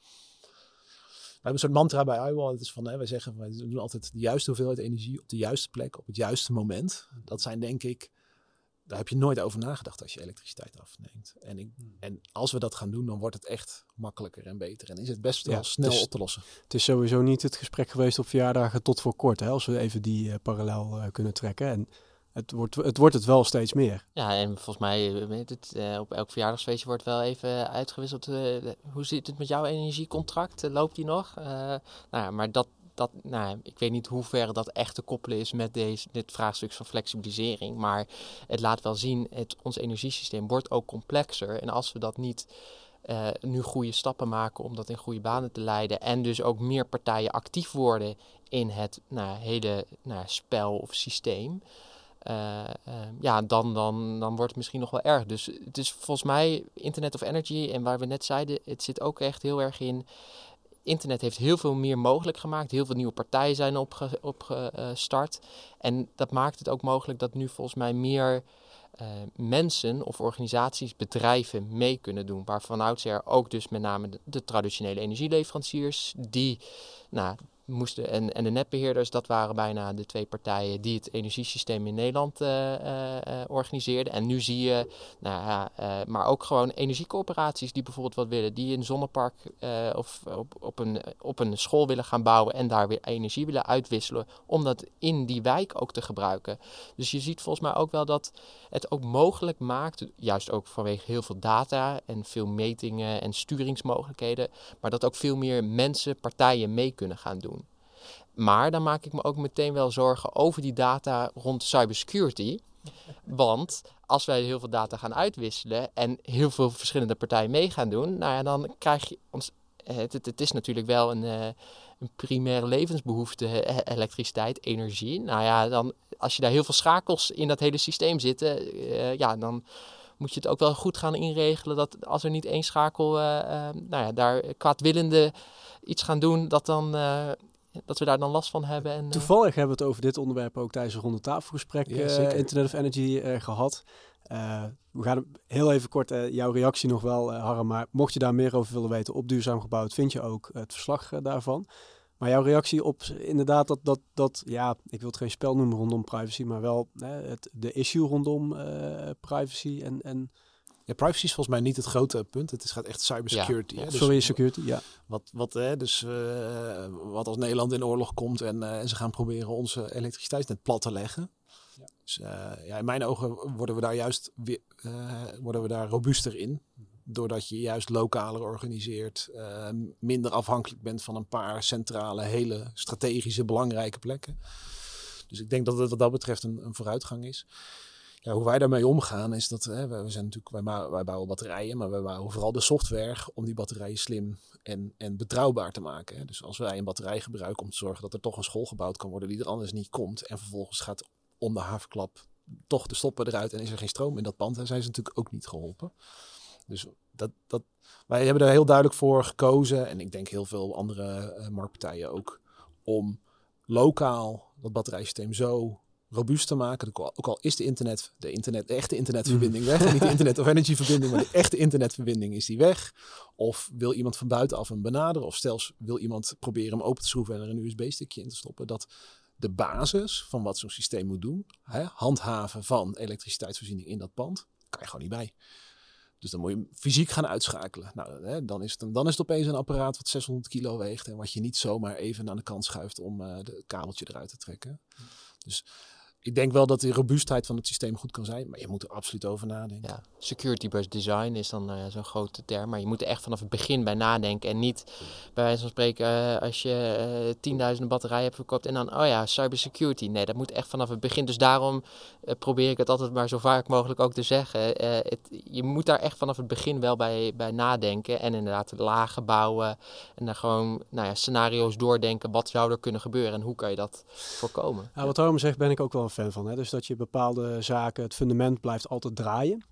We hebben een soort mantra bij iWall. Het is van, hè, wij zeggen, wij doen altijd de juiste hoeveelheid energie op de juiste plek, op het juiste moment. Dat zijn denk ik daar heb je nooit over nagedacht als je elektriciteit afneemt. En, ik, en als we dat gaan doen, dan wordt het echt makkelijker en beter. En is het best wel ja, snel dus, op te lossen. Het is sowieso niet het gesprek geweest op verjaardagen tot voor kort. Hè, als we even die uh, parallel uh, kunnen trekken. En het wordt, het wordt het wel steeds meer. Ja, en volgens mij het, uh, op elk verjaardagsfeestje wordt wel even uitgewisseld. Uh, hoe zit het met jouw energiecontract? Uh, loopt die nog? Uh, nou ja, maar dat... Dat, nou, ik weet niet hoe ver dat echt te koppelen is met deze, dit vraagstuk van flexibilisering. Maar het laat wel zien, het, ons energiesysteem wordt ook complexer. En als we dat niet uh, nu goede stappen maken om dat in goede banen te leiden. En dus ook meer partijen actief worden in het nou, hele nou, spel of systeem. Uh, uh, ja, dan, dan, dan wordt het misschien nog wel erg. Dus het is volgens mij Internet of Energy. En waar we net zeiden, het zit ook echt heel erg in... Internet heeft heel veel meer mogelijk gemaakt. Heel veel nieuwe partijen zijn opgestart. Opge, uh, en dat maakt het ook mogelijk dat nu volgens mij meer uh, mensen of organisaties, bedrijven mee kunnen doen. Waarvan oudsher ook dus met name de, de traditionele energieleveranciers, die nou, moesten en, en de netbeheerders, dat waren bijna de twee partijen die het energiesysteem in Nederland uh, uh, uh, organiseerden. En nu zie je, nou ja, uh, maar ook gewoon energiecoöperaties die bijvoorbeeld wat willen, die een zonnepark uh, of op, op, een, op een school willen gaan bouwen en daar weer energie willen uitwisselen, om dat in die wijk ook te gebruiken. Dus je ziet volgens mij ook wel dat het ook mogelijk maakt, juist ook vanwege heel veel data en veel metingen en sturingsmogelijkheden, maar dat ook veel meer mensen, partijen mee kunnen gaan doen. Maar dan maak ik me ook meteen wel zorgen over die data rond cybersecurity. Want als wij heel veel data gaan uitwisselen en heel veel verschillende partijen mee gaan doen, nou ja, dan krijg je ons. Het, het, het is natuurlijk wel een, uh, een primaire levensbehoefte, elektriciteit, energie. Nou ja, dan als je daar heel veel schakels in dat hele systeem zitten, uh, ja, dan moet je het ook wel goed gaan inregelen dat als er niet één schakel, uh, uh, nou ja, daar kwaadwillende iets gaan doen, dat dan uh, dat we daar dan last van hebben. En, uh... Toevallig hebben we het over dit onderwerp ook tijdens een rondetafelgesprek ja, uh, Internet of Energy uh, gehad. Uh, we gaan heel even kort uh, jouw reactie nog wel, uh, Harm, maar mocht je daar meer over willen weten op Duurzaam Gebouwd, vind je ook het verslag uh, daarvan. Maar jouw reactie op inderdaad dat, dat, dat, ja, ik wil het geen spel noemen rondom privacy, maar wel uh, het, de issue rondom uh, privacy en... en Ja, privacy is volgens mij niet het grote punt. Het gaat echt cybersecurity. Ja, hè? sorry, dus, security, ja. Wat, wat, hè, dus, uh, wat als Nederland in oorlog komt en uh, ze gaan proberen onze elektriciteitsnet plat te leggen. Ja. Dus uh, ja, in mijn ogen worden we daar juist weer, uh, worden we daar robuuster in. Doordat je juist lokaler organiseert, uh, minder afhankelijk bent van een paar centrale, hele strategische, belangrijke plekken. Dus ik denk dat het wat dat betreft een, een vooruitgang is. Ja, hoe wij daarmee omgaan is dat hè, we zijn natuurlijk, wij, ma- wij bouwen batterijen, maar wij bouwen vooral de software om die batterijen slim en, en betrouwbaar te maken. Hè. Dus als wij een batterij gebruiken om te zorgen dat er toch een school gebouwd kan worden die er anders niet komt en vervolgens gaat om de haverklap toch de stoppen eruit en is er geen stroom in dat pand, dan zijn ze natuurlijk ook niet geholpen. Dus dat, dat, wij hebben er heel duidelijk voor gekozen en ik denk heel veel andere uh, marktpartijen ook om lokaal dat batterijsysteem zo robuust te maken. Ook al is de internet, de, internet, de echte internetverbinding weg. En niet de internet of energy verbinding, maar de echte internetverbinding is die weg. Of wil iemand van buitenaf hem benaderen. Of stelens wil iemand proberen hem open te schroeven en er een U S B-stickje in te stoppen. Dat de basis van wat zo'n systeem moet doen, hè, handhaven van elektriciteitsvoorziening in dat pand, kan je gewoon niet bij. Dus dan moet je hem fysiek gaan uitschakelen. Nou, hè, dan, is het een, dan is het opeens een apparaat wat zeshonderd kilo weegt en wat je niet zomaar even aan de kant schuift om uh, het kabeltje eruit te trekken. Dus ik denk wel dat de robuustheid van het systeem goed kan zijn, maar je moet er absoluut over nadenken. Ja, security by design is dan uh, zo'n grote term, maar je moet er echt vanaf het begin bij nadenken en niet bij wijze van spreken uh, als je uh, tienduizenden batterijen hebt verkoopt en dan, oh ja, cybersecurity. Nee, dat moet echt vanaf het begin. Dus daarom uh, probeer ik het altijd maar zo vaak mogelijk ook te zeggen. Uh, het, je moet daar echt vanaf het begin wel bij, bij nadenken en inderdaad lagen bouwen en dan gewoon nou ja, scenario's doordenken. Wat zou er kunnen gebeuren en hoe kan je dat voorkomen? Ja, wat Harm zegt ben ik ook wel fan van. Hè? Dus dat je bepaalde zaken, het fundament blijft altijd draaien.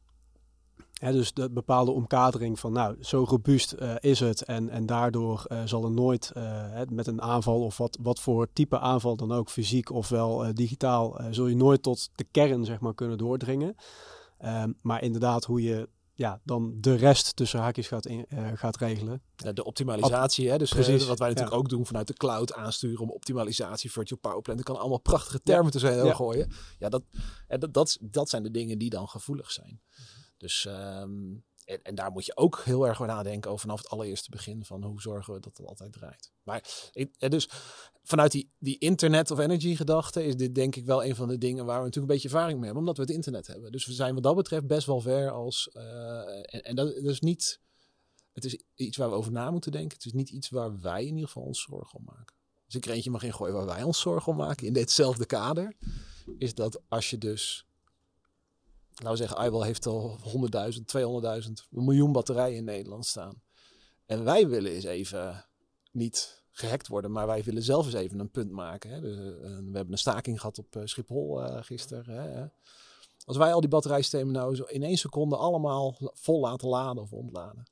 Hè, dus de bepaalde omkadering van, nou, zo robuust uh, is het. En, en daardoor uh, zal er nooit uh, met een aanval of wat, wat voor type aanval dan ook, fysiek ofwel uh, digitaal, uh, zul je nooit tot de kern, zeg maar, kunnen doordringen. Um, maar inderdaad, hoe je ja, dan de rest tussen haakjes gaat, in, uh, gaat regelen. Ja, de optimalisatie, Op, hè? Dus precies, uh, wat wij natuurlijk ja. ook doen vanuit de cloud aansturen om optimalisatie, virtual power plant. Ik kan allemaal prachtige termen ja. tussen ja. gooien. Ja, dat, dat, dat, dat zijn de dingen die dan gevoelig zijn. Dus um, en, en daar moet je ook heel erg over nadenken over vanaf het allereerste begin van hoe zorgen we dat het altijd draait. Maar ik, dus vanuit die, die internet of energy gedachte is dit denk ik wel een van de dingen waar we natuurlijk een beetje ervaring mee hebben, omdat we het internet hebben. Dus we zijn wat dat betreft best wel ver als uh, en, en dat, dat is niet. Het is iets waar we over na moeten denken. Het is niet iets waar wij in ieder geval ons zorgen om maken. Dus ik er eentje mag ingooien waar wij ons zorgen om maken in ditzelfde kader. Is dat als je dus, laten we zeggen, iWell heeft al honderdduizend, tweehonderdduizend, een miljoen batterijen in Nederland staan. En wij willen eens even niet gehackt worden, maar wij willen zelf eens even een punt maken. Hè. Dus, uh, we hebben een staking gehad op uh, Schiphol uh, gisteren. Hè. Als wij al die batterijsystemen nou zo in één seconde allemaal vol laten laden of ontladen.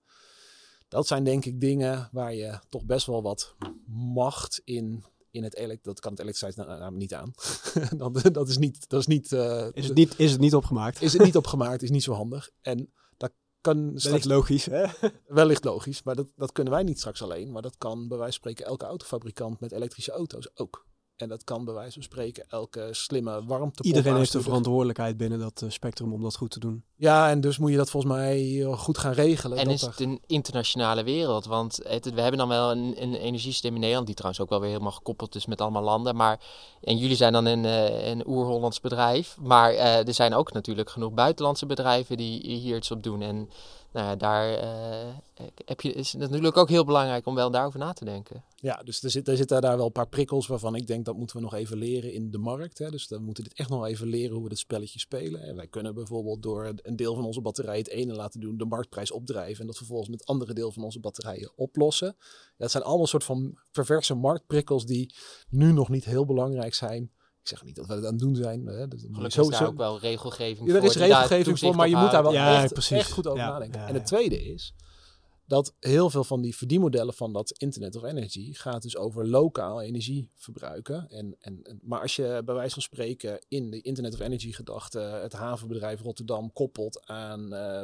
Dat zijn denk ik dingen waar je toch best wel wat macht in, in het elekt. Dat kan het elektriciteitsnetwerk nou, nou, niet aan. dat, dat is niet. Dat is niet. Uh, is het niet. Is het niet opgemaakt? Is het niet opgemaakt? Is niet zo handig. En dat kan. Wellicht straks, logisch, hè? Wellicht logisch, maar dat, dat kunnen wij niet straks alleen. Maar dat kan bij wijze van spreken elke autofabrikant met elektrische auto's ook. En dat kan bij wijze van spreken elke slimme warmtepomp. Iedereen heeft de verantwoordelijkheid binnen dat uh, spectrum om dat goed te doen. Ja, en dus moet je dat volgens mij goed gaan regelen. En dat is er... het een internationale wereld? Want het, we hebben dan wel een, een energiesysteem in Nederland, die trouwens ook wel weer helemaal gekoppeld is met allemaal landen. Maar, en jullie zijn dan een, een oer-Hollands bedrijf. Maar uh, er zijn ook natuurlijk genoeg buitenlandse bedrijven die hier iets op doen. En nou ja, daar uh, heb je, is het natuurlijk ook heel belangrijk om wel daarover na te denken. Ja, dus er, zit, er zitten daar wel een paar prikkels waarvan ik denk dat moeten we nog even leren in de markt. Hè. Dus we moeten dit echt nog even leren hoe we dit spelletje spelen. En wij kunnen bijvoorbeeld door een deel van onze batterij het ene laten doen, de marktprijs opdrijven. En dat vervolgens met het andere deel van onze batterijen oplossen. Ja, dat zijn allemaal soort van perverse marktprikkels die nu nog niet heel belangrijk zijn. Ik zeg niet dat we het aan het doen zijn. Hè. Dat Gelukkig zo, is daar zo, ook wel regelgeving ja, voor. Er is regelgeving voor, maar je moet daar wel ja, echt, echt goed over ja, nadenken. Ja, en het tweede is dat heel veel van die verdienmodellen van dat Internet of Energy gaat dus over lokaal energie verbruiken. En, en, maar als je bij wijze van spreken in de Internet of Energy gedachte het havenbedrijf Rotterdam koppelt aan uh,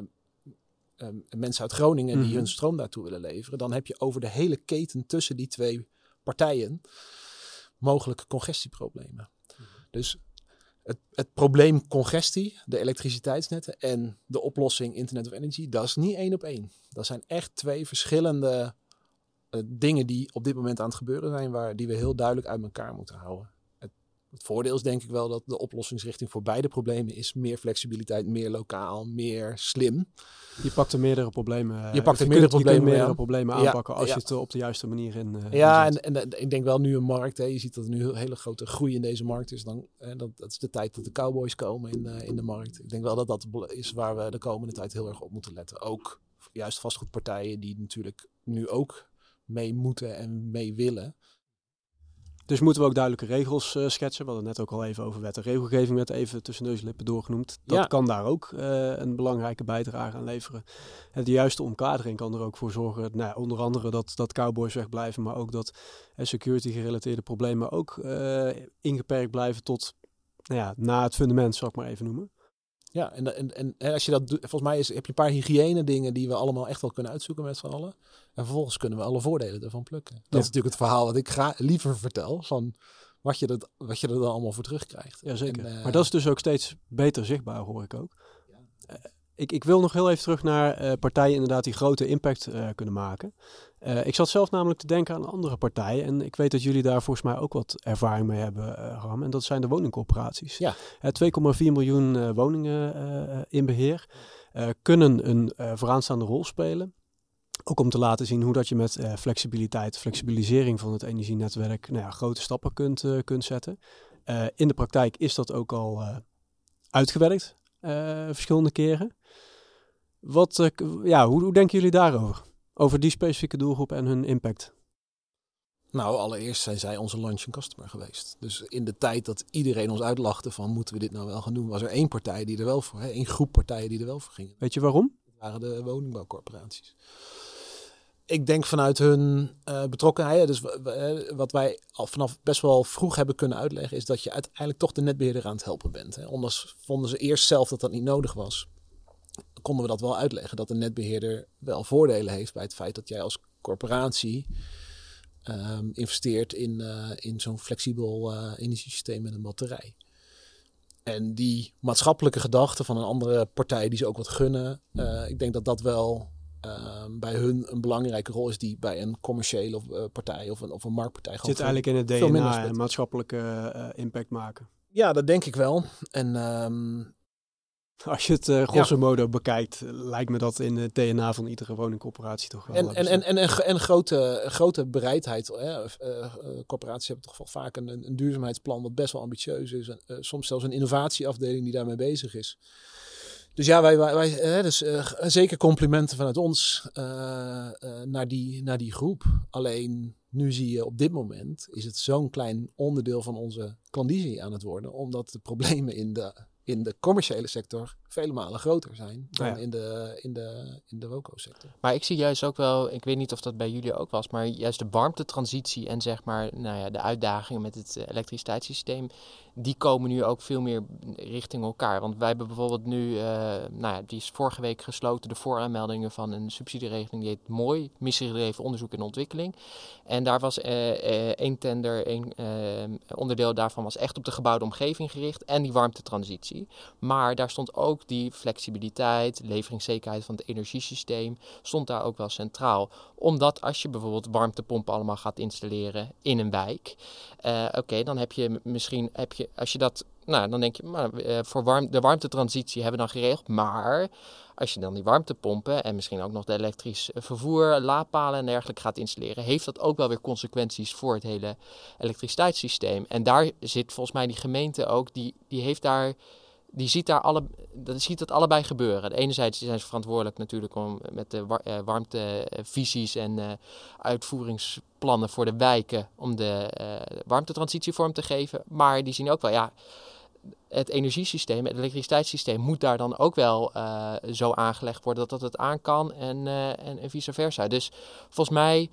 um, mensen uit Groningen die mm-hmm. hun stroom daartoe willen leveren, dan heb je over de hele keten tussen die twee partijen mogelijke congestieproblemen. Mm-hmm. Dus Het, het probleem congestie, de elektriciteitsnetten en de oplossing Internet of Energy, dat is niet één op één. Dat zijn echt twee verschillende uh, dingen die op dit moment aan het gebeuren zijn, waar, die we heel duidelijk uit elkaar moeten houden. Het, het voordeel is denk ik wel dat de oplossingsrichting voor beide problemen is meer flexibiliteit, meer lokaal, meer slim. Je pakt er meerdere problemen. Je pakt er je meerdere kunt, problemen, je kunt meerdere ja. problemen aanpakken ja, als ja. je het op de juiste manier in. Uh, ja, en, en, en ik denk wel nu een markt. Hè, je ziet dat er nu een hele grote groei in deze markt is. Dan, hè, dat, dat is de tijd dat de cowboys komen in, uh, in de markt. Ik denk wel dat dat is waar we de komende tijd heel erg op moeten letten. Ook juist vastgoedpartijen die natuurlijk nu ook mee moeten en mee willen. Dus moeten we ook duidelijke regels uh, schetsen. We hadden net ook al even over wet en regelgeving werd even tussen neus en lippen doorgenoemd. Dat ja. kan daar ook uh, een belangrijke bijdrage aan leveren. En de juiste omkadering kan er ook voor zorgen, nou, onder andere dat, dat cowboys wegblijven, maar ook dat uh, security gerelateerde problemen ook uh, ingeperkt blijven tot nou ja, na het fundament, zal ik maar even noemen. Ja, en, en, en, en als je dat doet, volgens mij is, heb je een paar hygiëne dingen die we allemaal echt wel kunnen uitzoeken met z'n allen. En vervolgens kunnen we alle voordelen ervan plukken. Dat ja. is natuurlijk het verhaal wat ik graag liever vertel, van wat je, dat, wat je er dan allemaal voor terugkrijgt. Jazeker, en, uh, maar dat is dus ook steeds beter zichtbaar, hoor ik ook. Ja. Uh, ik, ik wil nog heel even terug naar uh, partijen inderdaad die grote impact uh, kunnen maken. Uh, ik zat zelf namelijk te denken aan andere partijen. En ik weet dat jullie daar volgens mij ook wat ervaring mee hebben, uh, Ram. En dat zijn de woningcorporaties. Ja. Uh, twee komma vier miljoen uh, woningen uh, in beheer. Uh, kunnen een uh, vooraanstaande rol spelen. Ook om te laten zien hoe dat je met uh, flexibiliteit, flexibilisering van het energienetwerk nou ja, grote stappen kunt, uh, kunt zetten. Uh, in de praktijk is dat ook al uh, uitgewerkt, uh, verschillende keren. Wat, uh, ja, hoe, hoe denken jullie daarover? Over die specifieke doelgroep en hun impact? Nou, allereerst zijn zij onze launching customer geweest. Dus in de tijd dat iedereen ons uitlachte van moeten we dit nou wel gaan doen, was er één partij die er wel voor, hè, één groep partijen die er wel voor gingen. Weet je waarom? Dat waren de woningbouwcorporaties. Ik denk vanuit hun uh, betrokkenheid, dus w- wat wij al vanaf best wel vroeg hebben kunnen uitleggen, is dat je uiteindelijk toch de netbeheerder aan het helpen bent. Hè. Ondanks vonden ze eerst zelf dat dat niet nodig was. konden we dat wel uitleggen. Dat een netbeheerder wel voordelen heeft bij het feit dat jij als corporatie um, investeert in, uh, in zo'n flexibel uh, energiesysteem met een batterij. En die maatschappelijke gedachte van een andere partij die ze ook wat gunnen. Uh, ik denk dat dat wel uh, bij hun een belangrijke rol is die bij een commerciële of, uh, partij of een, of een marktpartij gewoon zit eigenlijk in het D N A en maatschappelijke uh, impact maken. Ja, dat denk ik wel. En um, als je het uh, grosso modo ja. bekijkt, lijkt me dat in het D N A van iedere woningcorporatie toch wel. En, en, en, en, en, en grote, grote bereidheid. Hè? Uh, uh, corporaties hebben toch wel vaak een, een duurzaamheidsplan wat best wel ambitieus is. En, uh, soms zelfs een innovatieafdeling die daarmee bezig is. Dus ja, wij, wij, wij uh, dus, uh, zeker complimenten vanuit ons uh, uh, naar, die, naar die groep. Alleen nu zie je op dit moment is het zo'n klein onderdeel van onze klandizie aan het worden. Omdat de problemen in de... in de commerciële sector vele malen groter zijn dan ja. in de, in de, in de WOCO-sector. Maar ik zie juist ook wel, ik weet niet of dat bij jullie ook was, maar juist de warmtetransitie en zeg maar, nou ja, de uitdagingen met het elektriciteitssysteem, die komen nu ook veel meer richting elkaar. Want wij hebben bijvoorbeeld nu, uh, nou ja, die is vorige week gesloten, de vooraanmeldingen van een subsidieregeling, die heet MOOI, Missiegedreven Onderzoek en Ontwikkeling. En daar was uh, uh, één tender, één uh, onderdeel daarvan was echt op de gebouwde omgeving gericht en die warmtetransitie. Maar daar stond ook die flexibiliteit, leveringszekerheid van het energiesysteem, stond daar ook wel centraal. Omdat als je bijvoorbeeld warmtepompen allemaal gaat installeren in een wijk, uh, oké, okay, dan heb je misschien, heb je, als je dat, nou, dan denk je, maar, uh, voor warm, de warmtetransitie hebben we dan geregeld, maar als je dan die warmtepompen en misschien ook nog de elektrisch vervoer, laadpalen en dergelijke gaat installeren, heeft dat ook wel weer consequenties voor het hele elektriciteitssysteem. En daar zit volgens mij die gemeente ook, die, die heeft daar, die ziet daar alle, dat ziet het allebei gebeuren. De enerzijds zijn ze verantwoordelijk natuurlijk om met de war, uh, warmtevisies en uh, uitvoeringsplannen voor de wijken om de uh, warmtetransitie vorm te geven. Maar die zien ook wel, ja, het energiesysteem, het elektriciteitssysteem moet daar dan ook wel uh, zo aangelegd worden dat dat het aan kan en, uh, en, en vice versa. Dus volgens mij,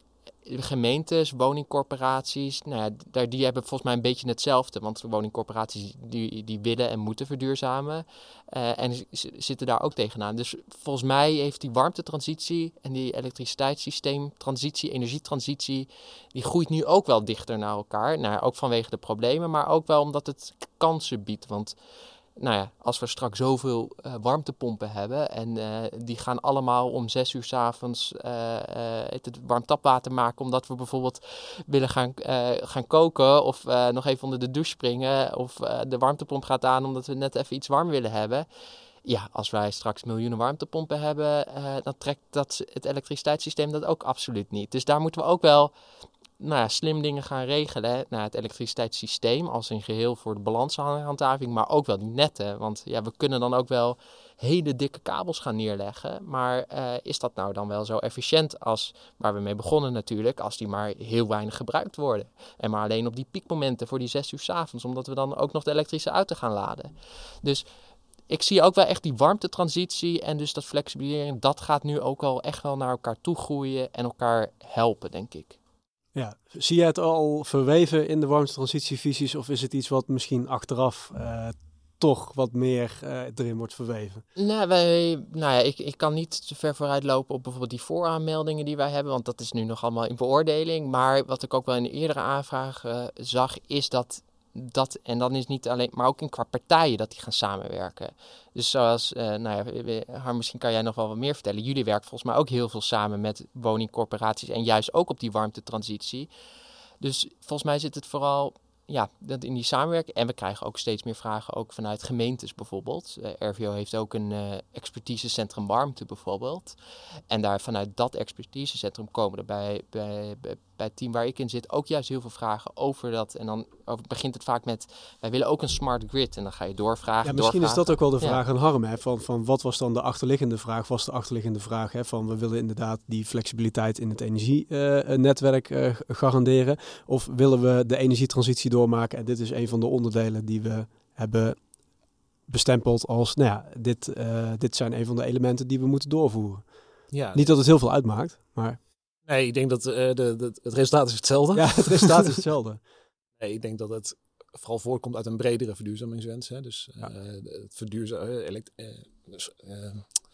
gemeentes, woningcorporaties, nou ja, daar, die hebben volgens mij een beetje hetzelfde. Want woningcorporaties die, die willen en moeten verduurzamen uh, en z- zitten daar ook tegenaan. Dus volgens mij heeft die warmtetransitie en die elektriciteitssysteemtransitie, energietransitie, die groeit nu ook wel dichter naar elkaar. Nou ja, ook vanwege de problemen, maar ook wel omdat het kansen biedt. Want nou ja, als we straks zoveel uh, warmtepompen hebben en uh, die gaan allemaal om zes uur 's avonds uh, uh, het warm tapwater maken, omdat we bijvoorbeeld willen gaan, uh, gaan koken of uh, nog even onder de douche springen of uh, de warmtepomp gaat aan omdat we net even iets warm willen hebben. Ja, als wij straks miljoenen warmtepompen hebben, uh, dan trekt dat het elektriciteitssysteem dat ook absoluut niet. Dus daar moeten we ook wel nou ja, slim dingen gaan regelen. Nou, het elektriciteitssysteem als een geheel voor de balanshandhaving, maar ook wel die netten. Want ja, we kunnen dan ook wel hele dikke kabels gaan neerleggen. Maar uh, is dat nou dan wel zo efficiënt als, waar we mee begonnen natuurlijk, als die maar heel weinig gebruikt worden. En maar alleen op die piekmomenten voor die zes uur 's avonds, omdat we dan ook nog de elektrische auto gaan laden. Dus ik zie ook wel echt die warmtetransitie en dus dat flexibilisering, dat gaat nu ook al echt wel naar elkaar toe groeien en elkaar helpen, denk ik. Ja, zie je het al verweven in de warmtetransitievisies of is het iets wat misschien achteraf uh, toch wat meer uh, erin wordt verweven? Nou, wij, nou ja, ik, ik kan niet te ver vooruit lopen op bijvoorbeeld die vooraanmeldingen die wij hebben, want dat is nu nog allemaal in beoordeling. Maar wat ik ook wel in een eerdere aanvraag uh, zag, is dat dat, en dan is niet alleen, maar ook in qua partijen dat die gaan samenwerken. Dus zoals, uh, nou ja, Harm, misschien kan jij nog wel wat meer vertellen. Jullie werken volgens mij ook heel veel samen met woningcorporaties en juist ook op die warmtetransitie. Dus volgens mij zit het vooral, ja, dat in die samenwerking. En we krijgen ook steeds meer vragen, ook vanuit gemeentes bijvoorbeeld. Uh, R V O heeft ook een uh, expertisecentrum warmte bijvoorbeeld. En daar vanuit dat expertisecentrum komen er bij, bij, bij, bij het team waar ik in zit ook juist heel veel vragen over dat. En dan over, begint het vaak met, wij willen ook een smart grid. En dan ga je doorvragen, Ja, misschien doorvragen. is dat ook wel de vraag ja. aan Harm. Hè, van, van wat was dan de achterliggende vraag? Was de achterliggende vraag hè, van we willen inderdaad die flexibiliteit in het energienetwerk uh, uh, garanderen. Of willen we de energietransitie doormaken? En dit is een van de onderdelen die we hebben bestempeld als, nou ja, dit, uh, dit zijn een van de elementen die we moeten doorvoeren. Ja. Niet dat het heel veel uitmaakt, maar... Nee, ik denk dat uh, de, de, het resultaat is hetzelfde. Ja, het resultaat is hetzelfde. Nee, ik denk dat het vooral voorkomt uit een bredere verduurzamingswens. Hè? Dus uh, ja. het verduurzamen, elekt- uh, dus, uh,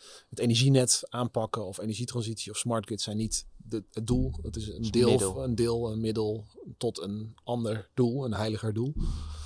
het energienet aanpakken of energietransitie of smart grid zijn niet de, het doel. Het is een deel, middel. een deel, een middel tot een ander doel, een heiliger doel.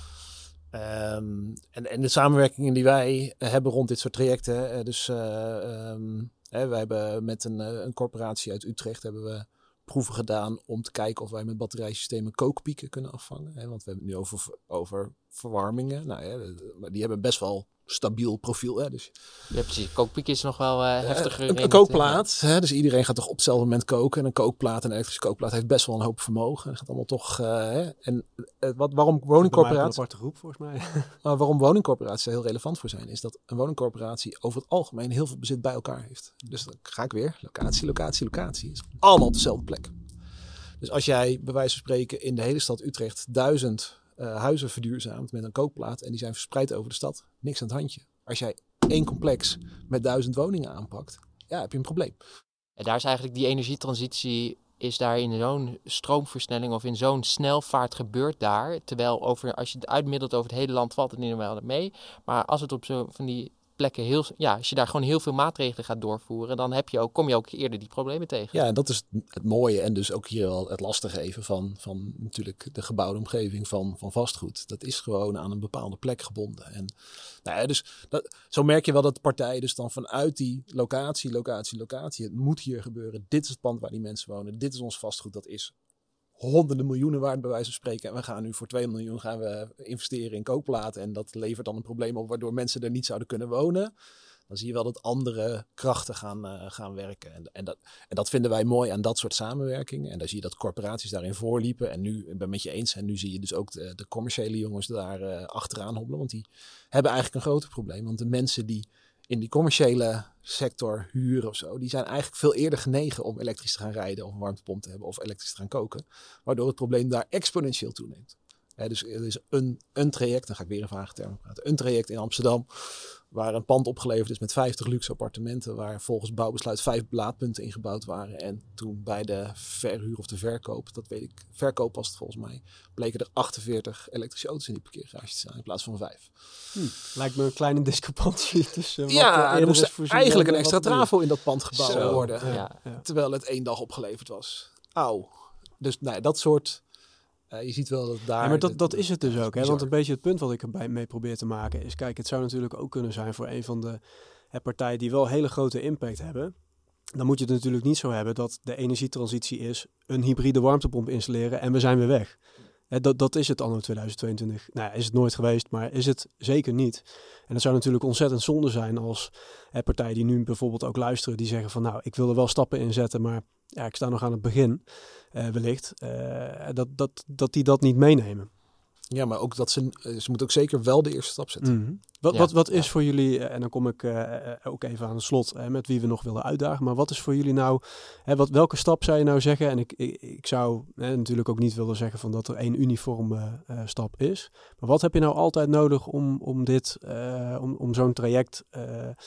Um, en, en de samenwerkingen die wij hebben rond dit soort trajecten. Uh, dus uh, um, hè, wij hebben met een, uh, een corporatie uit Utrecht hebben we proeven gedaan om te kijken of wij met batterijsystemen kookpieken kunnen afvangen. Hè, want we hebben het nu over, over verwarmingen. Nou, ja, die hebben best wel stabiel profiel. Hè, dus, ja, precies. Kookpiek is nog wel uh, heftiger. Uh, een, een kookplaat. Hè, dus iedereen gaat toch op hetzelfde moment koken. En een kookplaat, een elektrische kookplaat heeft best wel een hoop vermogen. Dat gaat allemaal toch... Uh, hè, en uh, wat, waarom woningcorporaties... Een aparte groep volgens mij. Maar waarom woningcorporaties er heel relevant voor zijn, is dat een woningcorporatie over het algemeen heel veel bezit bij elkaar heeft. Dus dan ga ik weer. Locatie, locatie, locatie. Het is allemaal op dezelfde plek. Dus als jij bij wijze van spreken in de hele stad Utrecht duizend uh, huizen verduurzaamt met een kookplaat en die zijn verspreid over de stad, niks aan het handje. Als jij één complex met duizend woningen aanpakt, ja, heb je een probleem. En daar is eigenlijk die energietransitie, is daar in zo'n stroomversnelling of in zo'n snelvaart gebeurt daar. Terwijl over, als je het uitmiddelt over het hele land valt het niet wel mee. Maar als het op zo van die plekken heel, ja, als je daar gewoon heel veel maatregelen gaat doorvoeren, dan heb je ook, kom je ook eerder die problemen tegen. Ja, en dat is het mooie en dus ook hier wel het lastige even van, van natuurlijk de gebouwde omgeving van, van vastgoed. Dat is gewoon aan een bepaalde plek gebonden. En nou ja, dus dat, zo merk je wel dat partijen dus dan vanuit die locatie, locatie, locatie, het moet hier gebeuren. Dit is het pand waar die mensen wonen. Dit is ons vastgoed. Dat is honderden miljoenen waard bij wijze van spreken. En we gaan nu voor twee miljoen gaan we investeren in kookplaten. En dat levert dan een probleem op waardoor mensen er niet zouden kunnen wonen. Dan zie je wel dat andere krachten gaan, uh, gaan werken. En, en, dat, en dat vinden wij mooi aan dat soort samenwerkingen. En daar zie je dat corporaties daarin voorliepen. En nu, ik ben het met je eens, en nu zie je dus ook de, de commerciële jongens daar uh, achteraan hobbelen. Want die hebben eigenlijk een groter probleem. Want de mensen die in die commerciële sector huren of zo, die zijn eigenlijk veel eerder genegen om elektrisch te gaan rijden of een warmtepomp te hebben of elektrisch te gaan koken. Waardoor het probleem daar exponentieel toeneemt. He, dus er is een, een traject, dan ga ik weer in vage termen praten, een traject in Amsterdam waar een pand opgeleverd is met vijftig luxe appartementen waar volgens bouwbesluit vijf laadpunten ingebouwd waren. En toen bij de verhuur of de verkoop, dat weet ik, verkoop was het volgens mij, bleken er achtenveertig elektrische auto's in die parkeergarage te staan in plaats van vijf. Hm, lijkt me een kleine discrepantie tussen wat ja, er moest eigenlijk een en extra trafo in dat pand gebouwd Zo, worden. ja. Ja. Terwijl het één dag opgeleverd was. Auw. Dus nou, dat soort... Uh, je ziet wel dat daar... Ja, maar dat, de, dat is het dus ook. Hè? Want een bizar. beetje het punt wat ik erbij mee probeer te maken is... Kijk, het zou natuurlijk ook kunnen zijn voor een van de hè, partijen die wel hele grote impact hebben. Dan moet je het natuurlijk niet zo hebben dat de energietransitie is een hybride warmtepomp installeren en we zijn weer weg. Hè, dat, dat is het anno tweeduizend tweeëntwintig. Nou, is het nooit geweest, maar is het zeker niet. En het zou natuurlijk ontzettend zonde zijn als hè, partijen die nu bijvoorbeeld ook luisteren, die zeggen van nou, ik wil er wel stappen in zetten, maar ja, ik sta nog aan het begin, uh, wellicht, uh, dat, dat, dat die dat niet meenemen. Ja, maar ook dat ze, ze moeten ook zeker wel de eerste stap zetten. Mm-hmm. Wat, Ja, wat, wat is ja. voor jullie, en dan kom ik uh, ook even aan het slot uh, met wie we nog willen uitdagen, maar wat is voor jullie nou, hè, wat, welke stap zou je nou zeggen, en ik, ik, ik zou hè, natuurlijk ook niet willen zeggen van dat er één uniforme uh, stap is, maar wat heb je nou altijd nodig om, om dit, uh, om, om zo'n traject uh,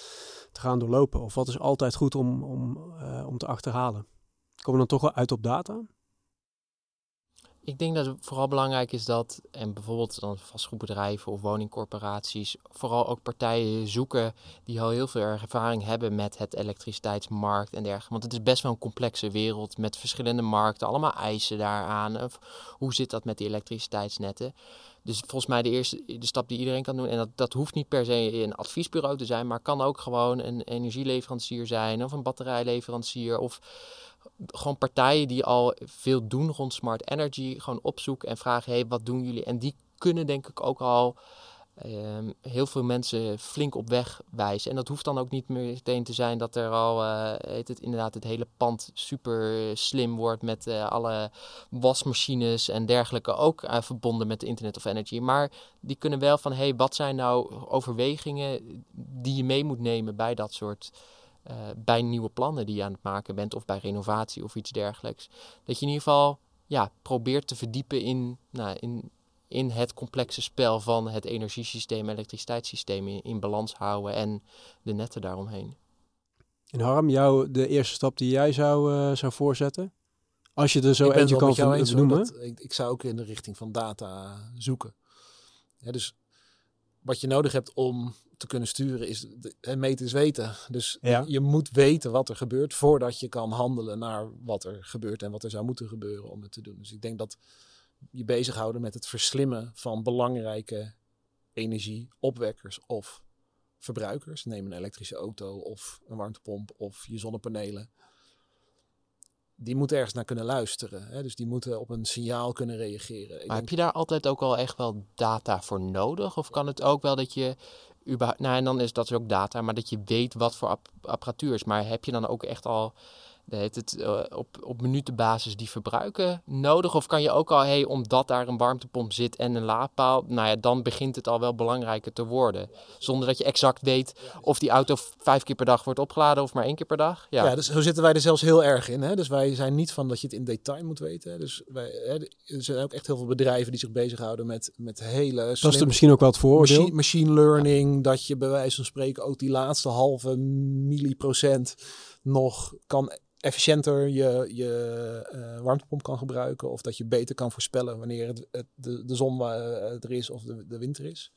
te gaan doorlopen? Of wat is altijd goed om, om, uh, om te achterhalen? Komen we dan toch wel uit op data? Ik denk dat het vooral belangrijk is dat, en bijvoorbeeld dan vastgoedbedrijven of woningcorporaties, vooral ook partijen zoeken die al heel veel ervaring hebben met het elektriciteitsmarkt en dergelijke. Want het is best wel een complexe wereld met verschillende markten, allemaal eisen daaraan. Of hoe zit dat met die elektriciteitsnetten? Dus volgens mij de eerste de stap die iedereen kan doen, en dat, dat hoeft niet per se een adviesbureau te zijn, maar kan ook gewoon een energieleverancier zijn of een batterijleverancier of gewoon partijen die al veel doen rond smart energy, gewoon opzoeken en vragen, hey, wat doen jullie? En die kunnen denk ik ook al um, heel veel mensen flink op weg wijzen. En dat hoeft dan ook niet meer meteen te zijn dat er al, uh, heet het, inderdaad het hele pand super slim wordt met uh, alle wasmachines en dergelijke ook uh, verbonden met de Internet of Energy. Maar die kunnen wel van, hey, wat zijn nou overwegingen die je mee moet nemen bij dat soort Uh, bij nieuwe plannen die je aan het maken bent of bij renovatie of iets dergelijks. Dat je in ieder geval ja, probeert te verdiepen in, nou, in, in het complexe spel van het energiesysteem, elektriciteitssysteem in, in balans houden en de netten daaromheen. En Harm, jou de eerste stap die jij zou, uh, zou voorzetten? Als je er zo ik ben eentje het wel kan met jou eens, noemen. hoor, dat, ik, ik zou ook in de richting van data zoeken. Ja, dus wat je nodig hebt om te kunnen sturen is, de, meten is weten. Dus Ja. je moet weten wat er gebeurt voordat je kan handelen naar wat er gebeurt en wat er zou moeten gebeuren om het te doen. Dus ik denk dat je bezighouden met het verslimmen van belangrijke energieopwekkers of verbruikers. Neem een elektrische auto of een warmtepomp of je zonnepanelen. Die moeten ergens naar kunnen luisteren. Hè? Dus die moeten op een signaal kunnen reageren. Ik Maar denk, heb je daar altijd ook al echt wel data voor nodig? Of kan het ook wel dat je überhaupt... Nou, en dan is dat ook data, maar dat je weet wat voor app- apparatuur is. Maar heb je dan ook echt al... Heet het, uh, op, op minutenbasis die verbruiken nodig? Of kan je ook al, hey, omdat daar een warmtepomp zit en een laadpaal, nou ja, dan begint het al wel belangrijker te worden. Zonder dat je exact weet of die auto vijf keer per dag wordt opgeladen of maar één keer per dag. Ja, ja, dus zo zitten wij er zelfs heel erg in. Hè? Dus wij zijn niet van dat je het in detail moet weten. Hè? Dus wij, hè, er zijn ook echt heel veel bedrijven die zich bezighouden met, met hele Dat is slimme er misschien ook wel het vooroordeel. machine, machine learning. Ja. Dat je bij wijze van spreken ook die laatste halve milliprocent nog kan efficiënter je, je uh, warmtepomp kan gebruiken. Of dat je beter kan voorspellen wanneer het, het, de, de zon uh, er is of de, de winter is.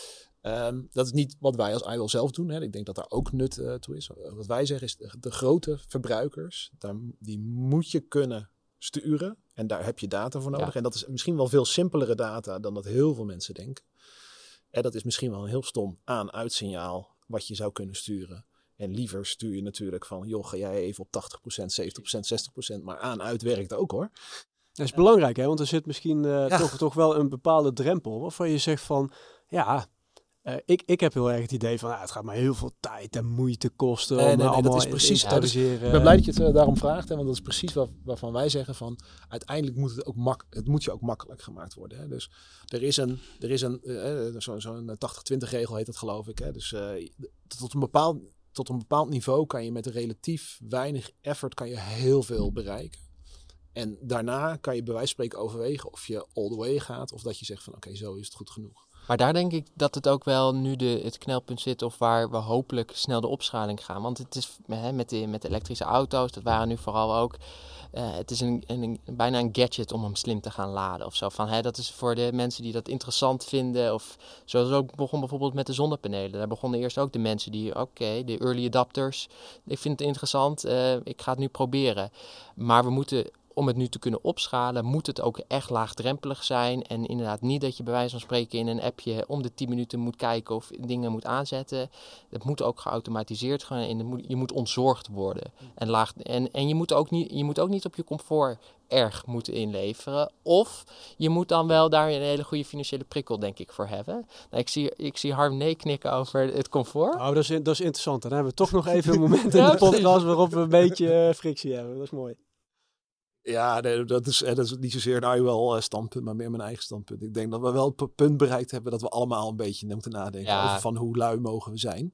Um, dat is niet wat wij als I W L zelf doen. Hè. Ik denk dat daar ook nut uh, toe is. Wat wij zeggen is de, de grote verbruikers, daar, die moet je kunnen sturen. En daar heb je data voor nodig. Ja. En dat is misschien wel veel simpelere data dan dat heel veel mensen denken. En dat is misschien wel een heel stom aan-uitsignaal wat je zou kunnen sturen. En liever stuur je natuurlijk van, joh, ga jij even op tachtig procent, zeventig procent, zestig procent, maar aan-uit werkt ook hoor. Dat is belangrijk, hè? Want er zit misschien uh, ja. toch, toch wel een bepaalde drempel waarvan je zegt van, ja, uh, ik, ik heb heel erg het idee van, ah, het gaat maar heel veel tijd en moeite kosten. Nee, om nee, nee, allemaal dat is precies. dat is, ik ben blij dat je het uh, daarom vraagt, hè, want dat is precies wat, waarvan wij zeggen van, uiteindelijk moet het ook mak, het moet je ook makkelijk gemaakt worden. Hè. Dus er is een, er is een, uh, zo'n zo tachtig twintig regel heet dat geloof ik. Hè. Dus uh, tot een bepaald Tot een bepaald niveau kan je met relatief weinig effort kan je heel veel bereiken. En daarna kan je bij wijze van spreken overwegen of je all the way gaat. Of dat je zegt van oké, okay, zo is het goed genoeg. Maar daar denk ik dat het ook wel nu de, het knelpunt zit of waar we hopelijk snel de opschaling gaan. Want het is hè, met, de, met de elektrische auto's, dat waren nu vooral ook... Uh, het is een, een, een, bijna een gadget om hem slim te gaan laden of zo. Van, hè, dat is voor de mensen die dat interessant vinden. Of zoals ook begon bijvoorbeeld met de zonnepanelen. Daar begonnen eerst ook de mensen die, oké, okay, de early adapters. Ik vind het interessant, uh, ik ga het nu proberen. Maar we moeten... Om het nu te kunnen opschalen, moet het ook echt laagdrempelig zijn. En inderdaad niet dat je bij wijze van spreken in een appje om de tien minuten moet kijken of dingen moet aanzetten. Dat moet ook geautomatiseerd gaan en je moet ontzorgd worden. En, laag, en, en je, moet ook niet, je moet ook niet op je comfort erg moeten inleveren. Of je moet dan wel daar een hele goede financiële prikkel, denk ik, voor hebben. Nou, ik zie, ik zie Harm nee knikken over het comfort. Oh, dat is, dat is interessant. Dan hebben we toch nog even een moment in de podcast waarop we een beetje uh, frictie hebben. Dat is mooi. Ja, nee, dat, is, dat is niet zozeer een I W L standpunt, maar meer mijn eigen standpunt. Ik denk dat we wel het punt bereikt hebben dat we allemaal een beetje moeten nadenken ja. over van hoe lui mogen we zijn.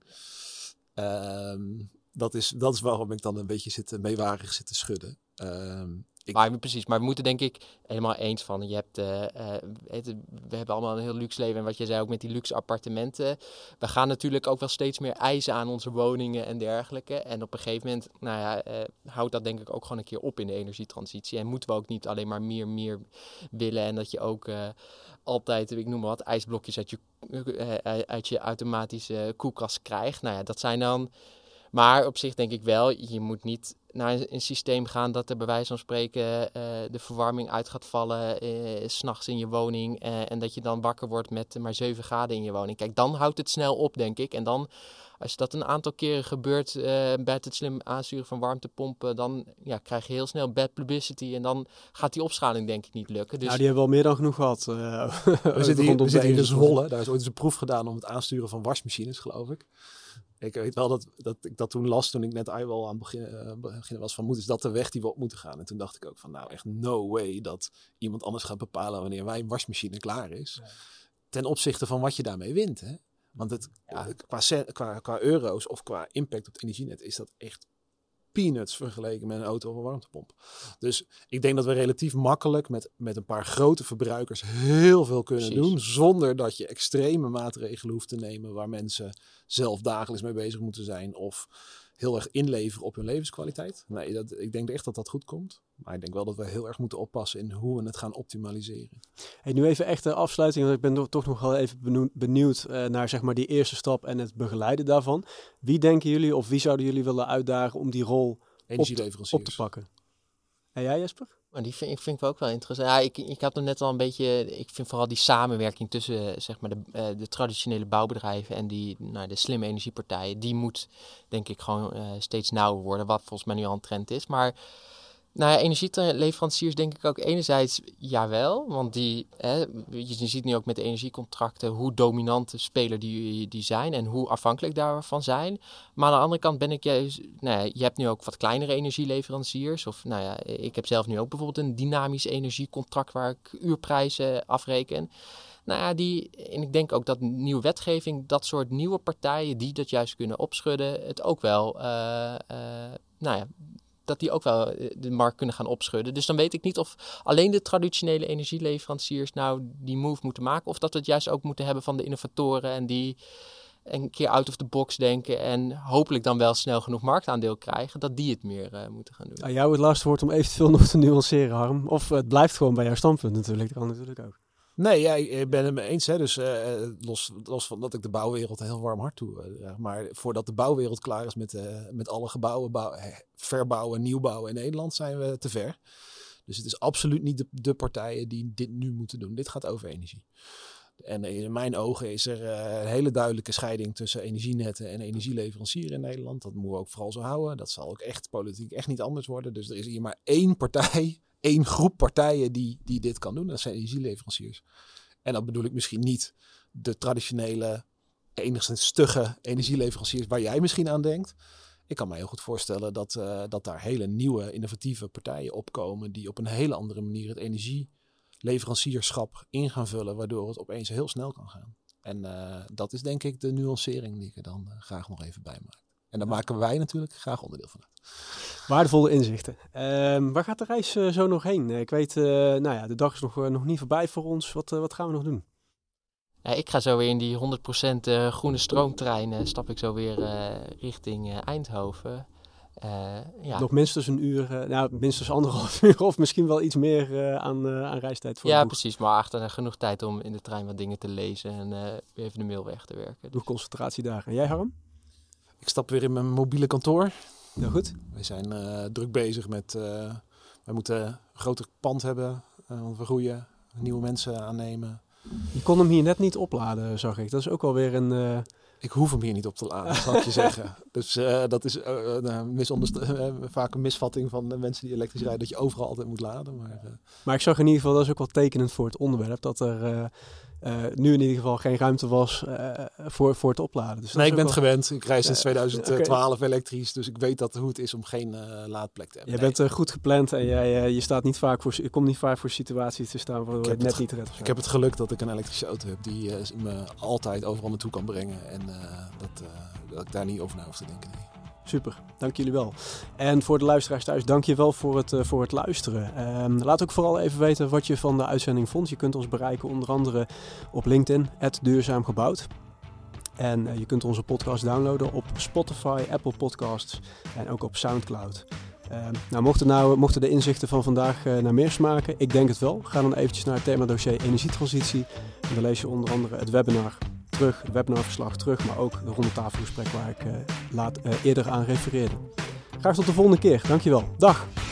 Um, dat, is, dat is waarom ik dan een beetje zit, meewarig zit te schudden. Um, ik... Maar precies, maar we moeten denk ik helemaal eens van, je hebt, uh, uh, het, we hebben allemaal een heel luxe leven en wat je zei ook met die luxe appartementen. We gaan natuurlijk ook wel steeds meer eisen aan onze woningen en dergelijke. En op een gegeven moment, nou ja, uh, houdt dat denk ik ook gewoon een keer op in de energietransitie. En moeten we ook niet alleen maar meer, meer willen en dat je ook uh, altijd, ik noem maar wat, ijsblokjes uit je, uh, uit je automatische koelkast krijgt. Nou ja, dat zijn dan... Maar op zich denk ik wel, je moet niet naar een systeem gaan dat er bij wijze van spreken uh, de verwarming uit gaat vallen uh, 's nachts in je woning. Uh, en dat je dan wakker wordt met maar zeven graden in je woning. Kijk, dan houdt het snel op, denk ik. En dan, als dat een aantal keren gebeurt uh, bij het slim aansturen van warmtepompen, dan ja, krijg je heel snel bad publicity. En dan gaat die opschaling denk ik niet lukken. Dus... Nou, die hebben we al meer dan genoeg gehad. Uh, we zitten hier, we zitten hier in Zwolle. Daar is ooit eens een proef gedaan om het aansturen van wasmachines, geloof ik. Ik weet wel dat, dat ik dat toen las, toen ik net I W L aan het begin, uh, begin was van, moet, is dat de weg die we op moeten gaan? En toen dacht ik ook van, nou echt no way dat iemand anders gaat bepalen wanneer mijn wasmachine klaar is. Ja. Ten opzichte van wat je daarmee wint. Hè? Want het, ja. qua, qua, qua euro's of qua impact op het energienet is dat echt peanuts vergeleken met een auto of een warmtepomp. Dus ik denk dat we relatief makkelijk met, met een paar grote verbruikers heel veel kunnen Precies. doen, zonder dat je extreme maatregelen hoeft te nemen waar mensen zelf dagelijks mee bezig moeten zijn of heel erg inleveren op hun levenskwaliteit. Nee, dat, ik denk echt dat dat goed komt. Maar ik denk wel dat we heel erg moeten oppassen in hoe we het gaan optimaliseren. Hey, nu even echt de afsluiting, want ik ben do- toch nog wel even benieuwd, benieuwd uh, naar zeg maar die eerste stap en het begeleiden daarvan. Wie denken jullie of wie zouden jullie willen uitdagen om die rol op te, op te pakken? En jij, Jesper? Maar die vind, vind ik wel ook wel interessant. Ja, ik, ik had hem net al een beetje. Ik vind vooral die samenwerking tussen zeg maar de, uh, de traditionele bouwbedrijven en die nou, de slimme energiepartijen. Die moet denk ik gewoon uh, steeds nauwer worden. Wat volgens mij nu al een trend is. Maar nou ja, energieleveranciers denk ik ook enerzijds jawel. Want die, hè, je ziet nu ook met de energiecontracten hoe dominant de speler die, die zijn en hoe afhankelijk daarvan zijn. Maar aan de andere kant ben ik juist, nou ja, je hebt nu ook wat kleinere energieleveranciers. Of nou ja, ik heb zelf nu ook bijvoorbeeld een dynamisch energiecontract waar ik uurprijzen afreken. Nou ja, die, en ik denk ook dat nieuwe wetgeving, dat soort nieuwe partijen die dat juist kunnen opschudden, het ook wel, uh, uh, nou ja, dat die ook wel de markt kunnen gaan opschudden. Dus dan weet ik niet of alleen de traditionele energieleveranciers nou die move moeten maken, of dat we het juist ook moeten hebben van de innovatoren en die een keer out of the box denken en hopelijk dan wel snel genoeg marktaandeel krijgen, dat die het meer uh, moeten gaan doen. Aan jou het laatste woord om eventueel nog te nuanceren, Harm. Of het blijft gewoon bij jouw standpunt natuurlijk. Dat kan natuurlijk ook. Nee, ja, ik ben het mee eens. Hè. Dus uh, los, los van dat ik de bouwwereld een heel warm hart toe. Uh, maar voordat de bouwwereld klaar is met, uh, met alle gebouwen, bouw, verbouwen, nieuwbouwen in Nederland, zijn we te ver. Dus het is absoluut niet de, de partijen die dit nu moeten doen. Dit gaat over energie. En in mijn ogen is er uh, een hele duidelijke scheiding tussen energienetten en energieleverancier in Nederland. Dat moeten we ook vooral zo houden. Dat zal ook echt politiek echt niet anders worden. Dus er is hier maar één partij, één groep partijen die, die dit kan doen. Dat zijn energieleveranciers. En dat bedoel ik misschien niet de traditionele, enigszins stugge energieleveranciers waar jij misschien aan denkt. Ik kan me heel goed voorstellen dat, uh, dat daar hele nieuwe, innovatieve partijen opkomen die op een hele andere manier het energieleverancierschap in gaan vullen, waardoor het opeens heel snel kan gaan. En uh, dat is denk ik de nuancering die ik er dan uh, graag nog even bij maak. En daar maken wij natuurlijk graag onderdeel van uit. Waardevolle inzichten. Um, waar gaat de reis uh, zo nog heen? Ik weet, uh, nou ja, de dag is nog, uh, nog niet voorbij voor ons. Wat, uh, wat gaan we nog doen? Ja, ik ga zo weer in die honderd procent uh, groene stroomtrein. Uh, stap ik zo weer uh, richting uh, Eindhoven. Uh, ja. Nog minstens een uur, uh, nou minstens anderhalf uur of misschien wel iets meer uh, aan, uh, aan reistijd voor Ja, precies. Maar achter uh, genoeg tijd om in de trein wat dingen te lezen en uh, weer even de mail weg te werken. Doe concentratiedagen. En jij, Harm? Ik stap weer in mijn mobiele kantoor. Heel goed. We zijn uh, druk bezig met... Uh, wij moeten een groter pand hebben, uh, want we groeien, nieuwe mensen aannemen. Je kon hem hier net niet opladen, zag ik. Dat is ook alweer een... Uh... Ik hoef hem hier niet op te laden, zal ik je zeggen. Dus uh, dat is uh, uh, misonderst- uh, vaak een misvatting van de mensen die elektrisch rijden, dat je overal altijd moet laden. Maar, uh... maar ik zag in ieder geval, dat is ook wel tekenend voor het onderwerp, dat er uh, uh, nu in ieder geval geen ruimte was uh, voor, voor het opladen. Dus nee, ik ben wel... het gewend. Ik rij sinds uh, twintig twaalf okay. elektrisch, dus ik weet dat, hoe het is om geen uh, laadplek te hebben. Je nee. bent uh, goed gepland en jij, uh, je, staat niet vaak voor, je komt niet vaak voor situaties te staan waar je het net ge- niet redt. Ik heb het geluk dat ik een elektrische auto heb die uh, me altijd overal naartoe kan brengen en uh, dat, uh, dat ik daar niet over na hoef te denken. Nee. Super, dank jullie wel. En voor de luisteraars thuis, dank je wel voor het, uh, voor het luisteren. Um, laat ook vooral even weten wat je van de uitzending vond. Je kunt ons bereiken onder andere op LinkedIn, at duurzaam gebouwd. En uh, je kunt onze podcast downloaden op Spotify, Apple Podcasts en ook op Soundcloud. Uh, nou, mochten, nou, mochten de inzichten van vandaag uh, naar meer smaken, ik denk het wel. Ga dan eventjes naar het themadossier energietransitie. En dan lees je onder andere het webinar terug, het webinarverslag terug, maar ook de rondetafelgesprek waar ik uh, laat, uh, eerder aan refereerde. Graag tot de volgende keer. Dankjewel. Dag!